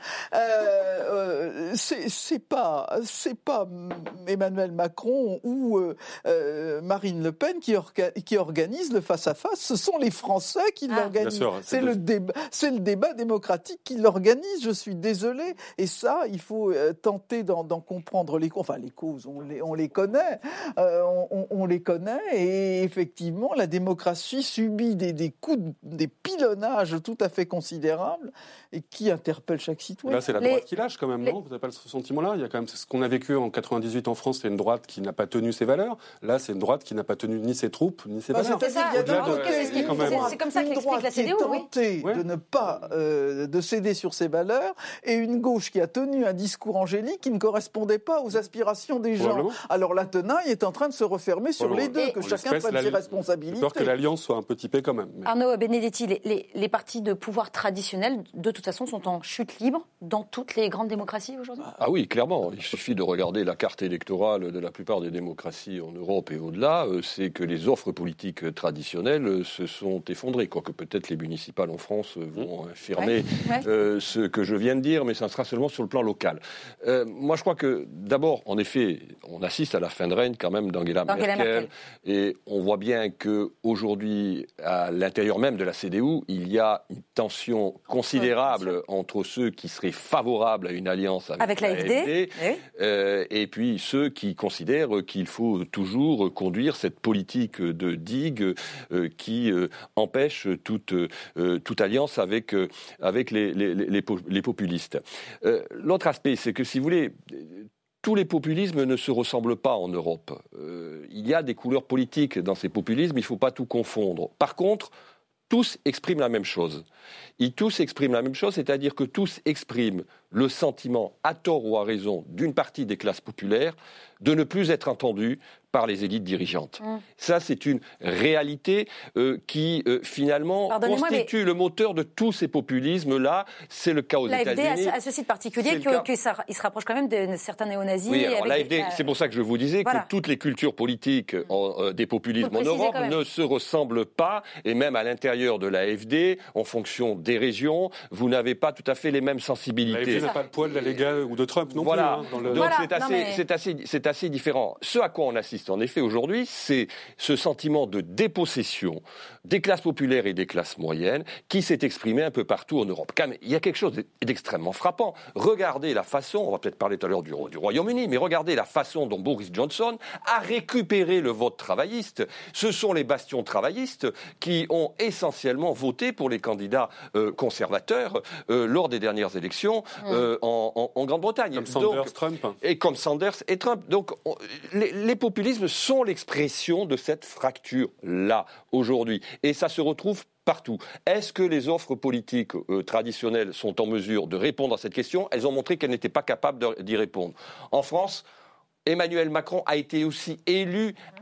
Euh, c'est, c'est, pas, c'est pas Emmanuel Macron ou euh, Marine Le Pen qui, orga, qui organisent le face-à-face. Ce sont les Français qui ah. l'organisent. Sûr, c'est, c'est, le débat, c'est le débat démocratique qui l'organise, je suis désolé. Et ça, il faut euh, tenter d'en, d'en comprendre les causes. Enfin, les causes, on les, on les connaît. Euh, on, on les connaît. Et effectivement, la démocratie subit des, des coups, de, des pilonnages tout à fait considérables et qui interpellent chaque citoyen. Là, c'est la droite les... qui lâche quand même, les... non ? Vous n'avez pas ce sentiment-là ? Il y a quand même ce qu'on a vécu en quatre-vingt-dix-huit en France, c'est une droite qui n'a pas tenu ses valeurs. Là, c'est une droite qui n'a pas tenu ni ses troupes, ni ses bah, valeurs. C'est, ça. De... c'est, c'est, c'est comme ça que l'explique la C D U. Une droite qui est tentée oui. de ne pas... Euh, de céder sur ses valeurs, et une gauche qui a tenu un discours angélique qui ne correspondait pas aux aspirations des gens. Alors la tenaille est en train de se refermer sur les deux, et que chacun prenne ses responsabilités. J'ai peur que l'alliance soit un peu typée quand même. Mais... Arnaud Benedetti, les, les, les partis de pouvoir traditionnels, de toute façon, sont en chute libre dans toutes les grandes démocraties aujourd'hui ? Ah oui, clairement. Il suffit de regarder la carte électorale de la plupart des démocraties en Europe et au-delà, c'est que les offres politiques traditionnelles se sont effondrées, quoique peut-être les municipales en France vont affirmer ouais. Euh, ce que je viens de dire, mais ça sera seulement sur le plan local. Euh, moi, je crois que, d'abord, en effet, on assiste à la fin de règne quand même d'Angela Merkel, Merkel, et on voit bien qu'aujourd'hui, à l'intérieur même de la C D U, il y a une tension considérable entre ceux qui seraient favorables à une alliance avec, avec la F D, F D oui. euh, et puis ceux qui considèrent qu'il faut toujours conduire cette politique de digue euh, qui euh, empêche toute, euh, toute alliance avec, euh, avec les, les, les, les populistes. Euh, l'autre aspect, c'est que, si vous voulez, tous les populismes ne se ressemblent pas en Europe. Euh, il y a des couleurs politiques dans ces populismes, il ne faut pas tout confondre. Par contre, tous expriment la même chose. Ils tous expriment la même chose, c'est-à-dire que tous expriment le sentiment, à tort ou à raison, d'une partie des classes populaires, de ne plus être entendus par les élites dirigeantes. Mmh. Ça, c'est une réalité euh, qui, euh, finalement, constitue mais... le moteur de tous ces populismes-là. C'est le cas aux la États-Unis. L'A F D a ceci de particulier qu'il que se rapproche quand même de certains néo-nazis. Oui, alors avec... l'A F D, c'est pour ça que je vous disais voilà. que toutes les cultures politiques en, euh, des populismes en Europe ne se ressemblent pas, et même à l'intérieur de l'A F D, en fonction des régions, vous n'avez pas tout à fait les mêmes sensibilités. L'A F D n'a pas le poids de la Lega ou de Trump non voilà. plus. Hein, dans le... Donc voilà. c'est, assez, mais... c'est, assez, c'est assez différent. Ce à quoi on assiste en effet aujourd'hui, c'est ce sentiment de dépossession des classes populaires et des classes moyennes qui s'est exprimé un peu partout en Europe. Quand même, il y a quelque chose d'extrêmement frappant. Regardez la façon, on va peut-être parler tout à l'heure du, du Royaume-Uni, mais regardez la façon dont Boris Johnson a récupéré le vote travailliste. Ce sont les bastions travaillistes qui ont essentiellement voté pour les candidats euh, conservateurs euh, lors des dernières élections euh, en, en, en Grande-Bretagne. Comme Sanders, Donc, Trump. Et comme Sanders et Trump. Donc, on, les, les populismes sont l'expression de cette fracture-là, aujourd'hui. Et ça se retrouve partout. Est-ce que les offres politiques euh, traditionnelles sont en mesure de répondre à cette question ? Elles ont montré qu'elles n'étaient pas capables de, d'y répondre. En France, Emmanuel Macron a été aussi élu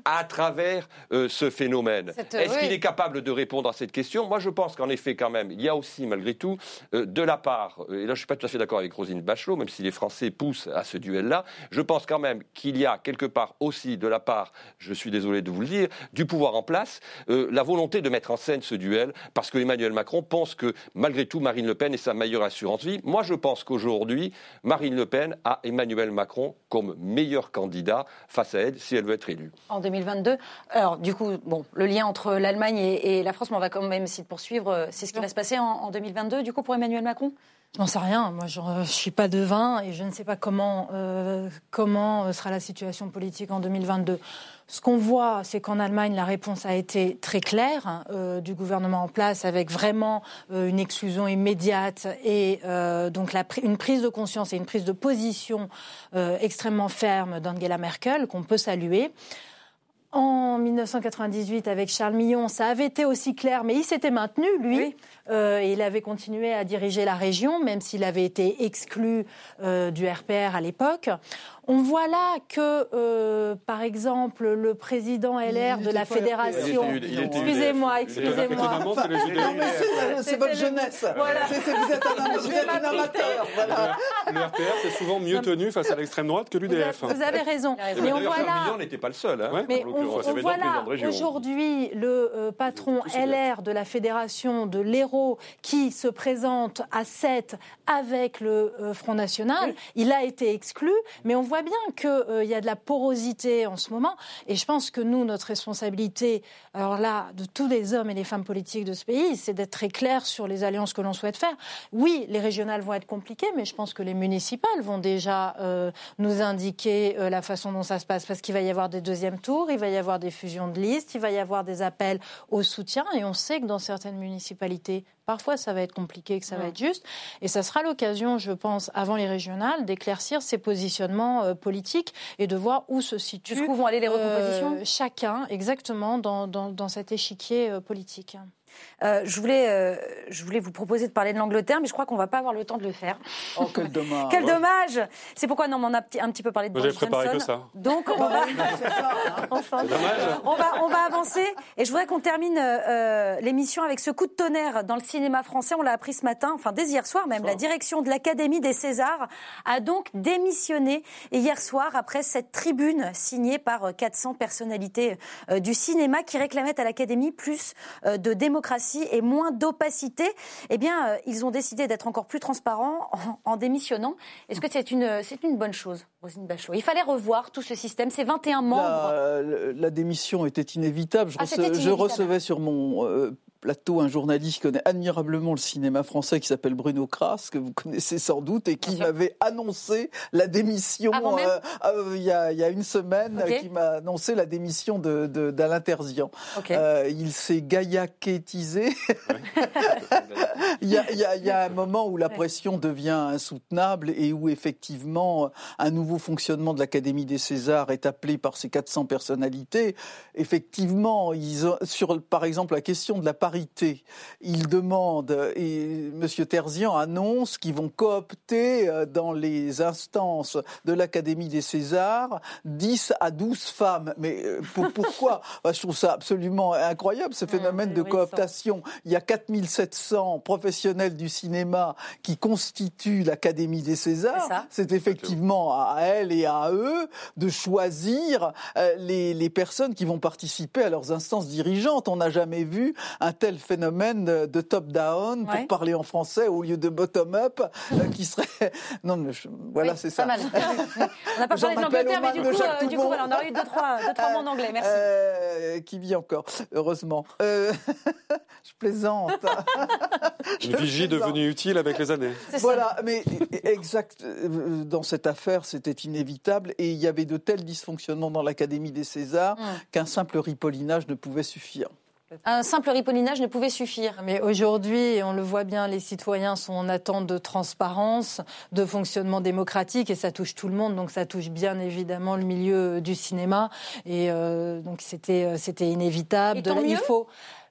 à travers euh, ce phénomène. Cette, Est-ce oui. qu'il est capable de répondre à cette question? Moi, je pense qu'en effet, quand même, il y a aussi, malgré tout, euh, de la part, et là, je ne suis pas tout à fait d'accord avec Roselyne Bachelot, même si les Français poussent à ce duel-là, je pense quand même qu'il y a quelque part aussi de la part, je suis désolé de vous le dire, du pouvoir en place, euh, la volonté de mettre en scène ce duel, parce que Emmanuel Macron pense que, malgré tout, Marine Le Pen est sa meilleure assurance vie. Moi, je pense qu'aujourd'hui, Marine Le Pen a Emmanuel Macron comme meilleur candidat face à elle, si elle veut être élue. En deux mille vingt-deux. Alors, du coup, bon, le lien entre l'Allemagne et, et la France, mais on va quand même essayer de poursuivre. C'est ce qui va se passer en, en deux mille vingt-deux, du coup, pour Emmanuel Macron? Je n'en sais rien. Moi, je ne suis pas devin et je ne sais pas comment, euh, comment sera la situation politique en deux mille vingt-deux. Ce qu'on voit, c'est qu'en Allemagne, la réponse a été très claire hein, euh, du gouvernement en place, avec vraiment euh, une exclusion immédiate et euh, donc la, une prise de conscience et une prise de position euh, extrêmement ferme d'Angela Merkel, qu'on peut saluer. En mille neuf cent quatre-vingt-dix-huit, avec Charles Millon, ça avait été aussi clair, mais il s'était maintenu, lui. Oui. Euh, il avait continué à diriger la région, même s'il avait été exclu euh, du R P R à l'époque. On voit là que, euh, par exemple, le président L R de la fédération... Excusez-moi, excusez-moi. C'est votre jeunesse. Voilà. Vous êtes un amateur. Voilà. Le R P R, c'est souvent mieux tenu face à l'extrême droite que l'U D F. Vous avez, vous avez raison. Mais on voit là... Millon n'était pas le seul. Hein, mais on, on voit là, aujourd'hui, le euh, patron L R de la fédération de l'Hérault qui se présente à sept avec le euh, Front National, oui. Il a été exclu, mais on voit bien qu'il euh, y a de la porosité en ce moment. Et je pense que nous, notre responsabilité, alors là, de tous les hommes et les femmes politiques de ce pays, c'est d'être très clair sur les alliances que l'on souhaite faire. Oui, les régionales vont être compliquées, mais je pense que les municipales vont déjà euh, nous indiquer euh, la façon dont ça se passe, parce qu'il va y avoir des deuxièmes tours, il va y avoir des fusions de listes, il va y avoir des appels au soutien, et on sait que dans certaines municipalités, parfois, ça va être compliqué, que ça va être juste. Et ça sera l'occasion, je pense, avant les régionales, d'éclaircir ces positionnements euh, politiques et de voir où se situent... Jusqu'où vont aller les recompositions euh, chacun, exactement, dans, dans, dans cet échiquier euh, politique. Euh, je, voulais, euh, je voulais vous proposer de parler de l'Angleterre, mais je crois qu'on ne va pas avoir le temps de le faire. Oh, quel dommage. Quel dommage. C'est pourquoi, non, mais on a un petit peu parlé de Boris Johnson. J'avais préparé que ça. Donc, on va... enfin, on va, on va avancer. Et je voudrais qu'on termine euh, l'émission avec ce coup de tonnerre dans le cinéma français. On l'a appris ce matin, enfin dès hier soir même. Soir. La direction de l'Académie des Césars a donc démissionné hier soir après cette tribune signée par quatre cents personnalités euh, du cinéma qui réclamaient à l'Académie plus euh, de démocratie et moins d'opacité. Eh bien, euh, ils ont décidé d'être encore plus transparents en, en démissionnant. Est-ce que c'est une, c'est une bonne chose, Roselyne Bachelot? Il fallait revoir tout ce système, ces vingt et un membres. La, la démission était inévitable. Je, ah, rece, inévitable. je recevais sur mon... Euh, plateau un journaliste qui connaît admirablement le cinéma français qui s'appelle Bruno Kras, que vous connaissez sans doute, et qui m'avait annoncé la démission euh, euh, il, y a, il y a une semaine, okay. qui m'a annoncé la démission de, de, d'Alain Terzian. Okay. Euh, il s'est gaillaquétisé. il, y a, il, y a, il y a un moment où la pression devient insoutenable et où effectivement un nouveau fonctionnement de l'Académie des Césars est appelé par ces quatre cents personnalités. Effectivement, ils ont, sur par exemple la question de la parité, ils demandent, et M. Terzian annonce qu'ils vont coopter dans les instances de l'Académie des Césars dix à douze femmes. Mais pour, pourquoi ? Bah, je trouve ça absolument incroyable, ce phénomène de cooptation. Il y a quatre mille sept cents professionnels du cinéma qui constituent l'Académie des Césars. C'est, c'est effectivement à elles et à eux de choisir les, les personnes qui vont participer à leurs instances dirigeantes. On n'a jamais vu un tel phénomène de top-down, pour ouais. parler en français, au lieu de bottom-up, euh, qui serait... Non, mais je... voilà, oui, c'est ça. Mal. On n'a pas parlé de l'Angleterre, mais du coup, euh, du coup voilà, on aurait eu deux, trois, deux, trois mots en anglais. Merci. Euh, qui vit encore, heureusement. Euh... je plaisante. Une je vigie plaisante. Devenue utile avec les années. C'est voilà, ça. Mais exact, dans cette affaire, c'était inévitable, et il y avait de tels dysfonctionnements dans l'Académie des Césars hum. qu'un simple ripollinage ne pouvait suffire. Un simple ripollinage ne pouvait suffire. Mais aujourd'hui, on le voit bien, les citoyens sont en attente de transparence, de fonctionnement démocratique, et ça touche tout le monde. Donc ça touche bien évidemment le milieu du cinéma. Et euh, donc c'était, c'était inévitable. Et tant mieux. Il faut...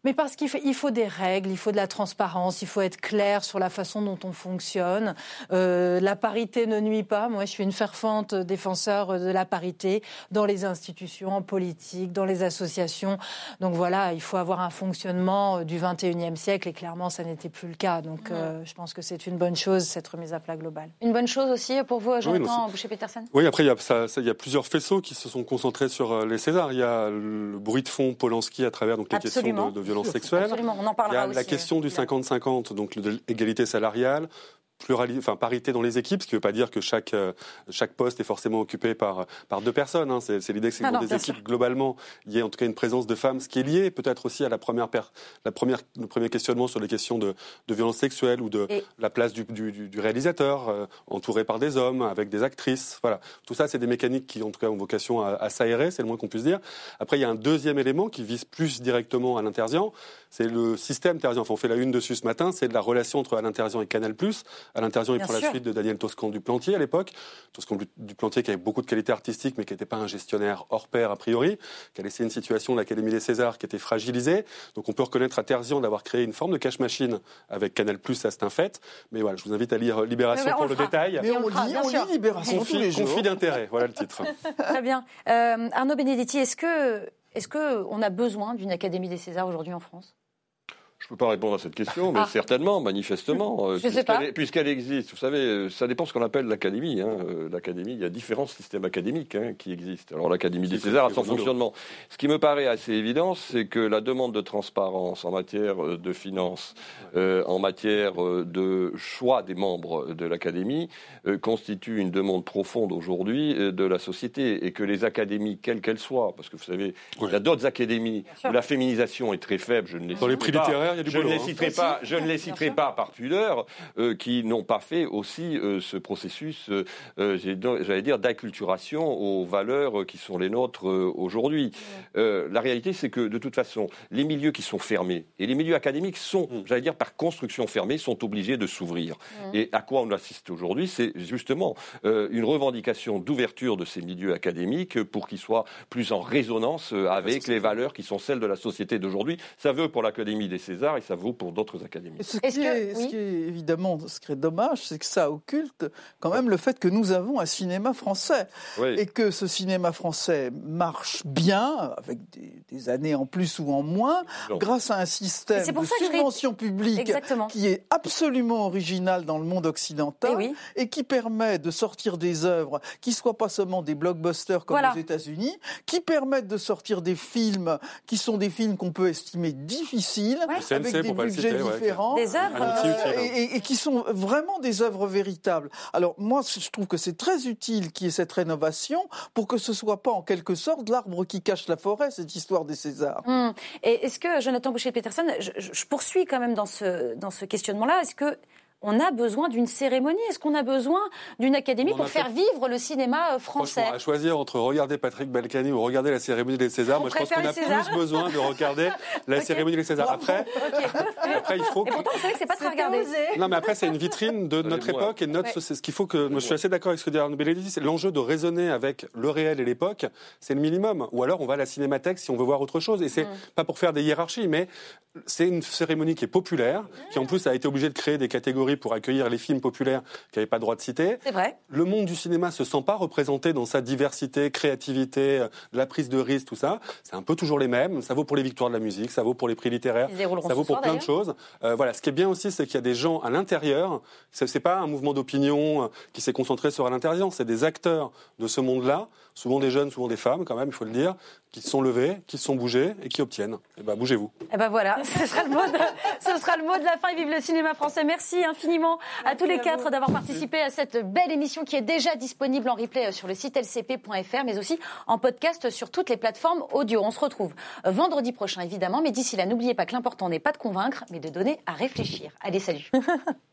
Mais parce qu'il faut, il faut des règles, il faut de la transparence, il faut être clair sur la façon dont on fonctionne. Euh, la parité ne nuit pas. Moi, je suis une fervente défenseur de la parité dans les institutions politiques, dans les associations. Donc voilà, il faut avoir un fonctionnement du vingt et unième siècle et clairement, ça n'était plus le cas. Donc mmh. euh, je pense que c'est une bonne chose, cette remise à plat globale. Une bonne chose aussi pour vous, Jonathan oui, Boucher-Petersen ? Oui, après, il y, a, ça, ça, il y a plusieurs faisceaux qui se sont concentrés sur les Césars. Il y a le bruit de fond Polanski à travers donc, les Absolument. questions de, de violence sexuelle. Absolument, on en parlera Il y a aussi, la question du cinquante cinquante, donc l'égalité salariale. Plurali... Enfin, parité dans les équipes, ce qui ne veut pas dire que chaque, euh, chaque poste est forcément occupé par, par deux personnes. Hein. C'est, c'est l'idée que c'est que dans des équipes, sûr. globalement, il y ait en tout cas une présence de femmes, ce qui est lié peut-être aussi à la première, per... la première, le premier questionnement sur les questions de, de violence sexuelle ou de Et... la place du, du, du réalisateur, euh, entouré par des hommes, avec des actrices. Voilà. Tout ça, c'est des mécaniques qui, en tout cas, ont vocation à, à s'aérer, c'est le moins qu'on puisse dire. Après, il y a un deuxième élément qui vise plus directement Alain Terzian, c'est le système Terzian. Enfin, on fait la une dessus ce matin, c'est la relation entre Alain Terzian et Canal+. Alain Terzian, il prend la suite de Daniel Toscan-Duplantier à l'époque. Toscan-Duplantier qui avait beaucoup de qualités artistiques mais qui n'était pas un gestionnaire hors pair a priori, qui a laissé une situation de l'Académie des Césars qui était fragilisée. Donc on peut reconnaître à Terzian d'avoir créé une forme de cache-machine avec Canal+, ça c'est un fait. Mais voilà, je vous invite à lire Libération mais pour le, le détail. Mais on, on lit, on lit Libération conflit, tous les jours. Conflit d'intérêt, voilà le titre. Très bien. Euh, Arnaud Benedetti, est-ce que, est-ce qu'on a besoin d'une Académie des Césars aujourd'hui en France ? Je ne peux pas répondre à cette question, mais ah. certainement, manifestement, Je sais pas. puisqu'elle, puisqu'elle existe. Vous savez, ça dépend de ce qu'on appelle l'académie. Hein. L'académie, il y a différents systèmes académiques hein, qui existent. Alors l'Académie des Césars a son fonctionnement. Ce qui me paraît assez évident, c'est que la demande de transparence en matière de finances, euh, en matière de choix des membres de l'Académie, euh, constitue une demande profonde aujourd'hui euh, de la société, et que les académies, quelles qu'elles soient, parce que vous savez, oui. il y a d'autres académies où la féminisation est très faible, je ne les Dans les prix littéraires. Je ne les citerai pas, je ne les citerai pas par pudeur, euh, qui n'ont pas fait aussi euh, ce processus, euh, j'allais dire, d'acculturation aux valeurs qui sont les nôtres euh, aujourd'hui. Euh, la réalité, c'est que de toute façon, les milieux qui sont fermés et les milieux académiques sont, j'allais dire, par construction fermés, sont obligés de s'ouvrir. Mmh. Et à quoi on assiste aujourd'hui, c'est justement euh, une revendication d'ouverture de ces milieux académiques pour qu'ils soient plus en résonance avec les valeurs qui sont celles de la société d'aujourd'hui. Ça veut pour l'Académie des Césars et ça vaut pour d'autres académies. Ce qui, est, que, oui. ce qui est évidemment, ce qui est dommage, c'est que ça occulte quand même le fait que nous avons un cinéma français oui. et que ce cinéma français marche bien, avec des, des années en plus ou en moins, non. grâce à un système de subvention je... publique Exactement. qui est absolument original dans le monde occidental et, oui. et qui permet de sortir des œuvres qui ne soient pas seulement des blockbusters comme voilà. aux États-Unis, qui permettent de sortir des films qui sont des films qu'on peut estimer difficiles, ouais. avec des budgets citer, différents, ouais. des œuvres euh, et, et, et qui sont vraiment des œuvres véritables. Alors moi, je trouve que c'est très utile qu'il y ait cette rénovation pour que ce soit pas en quelque sorte l'arbre qui cache la forêt, cette histoire des Césars. Hum. Et est-ce que Jonathan Boucher-Petersen, je, je poursuis quand même dans ce dans ce questionnement-là, est-ce que on a besoin d'une cérémonie? Est-ce qu'on a besoin d'une académie pour faire vivre le cinéma français? À choisir entre regarder Patrick Balkany ou regarder la cérémonie des Césars, on moi je pense qu'on a Césars. plus besoin de regarder la okay. cérémonie des Césars. Après, okay. après il faut. Et pourtant, c'est vrai que c'est pas très regardé. Non, mais après c'est une vitrine de notre époque et de notre. Ouais. C'est ce qu'il faut que. Moi, je suis assez d'accord avec ce que dit Arnaud Benedetti. C'est l'enjeu de raisonner avec le réel et l'époque. C'est le minimum. Ou alors on va à la cinémathèque si on veut voir autre chose. Et c'est mm. pas pour faire des hiérarchies, mais c'est une cérémonie qui est populaire, qui en plus a été obligée de créer des catégories pour accueillir les films populaires qui n'avaient pas le droit de citer. C'est vrai. Le monde du cinéma se sent pas représenté dans sa diversité, créativité, la prise de risque, tout ça. C'est un peu toujours les mêmes. Ça vaut pour les victoires de la musique, ça vaut pour les prix littéraires, ça vaut pour plein de choses. Euh, voilà. Ce qui est bien aussi, c'est qu'il y a des gens à l'intérieur. C'est, c'est pas un mouvement d'opinion qui s'est concentré sur Alain Terzian. C'est des acteurs de ce monde-là, souvent des jeunes, souvent des femmes, quand même, il faut le dire, qui se sont levés, qui se sont bougés et qui obtiennent. Eh ben, bougez-vous. Eh ben voilà, ce sera le mot de, ce sera le mot de la fin. Et vive le cinéma français. Merci infiniment à tous les quatre d'avoir participé à cette belle émission qui est déjà disponible en replay sur le site l c p point f r, mais aussi en podcast sur toutes les plateformes audio. On se retrouve vendredi prochain, évidemment, mais d'ici là, n'oubliez pas que l'important n'est pas de convaincre, mais de donner à réfléchir. Allez, salut.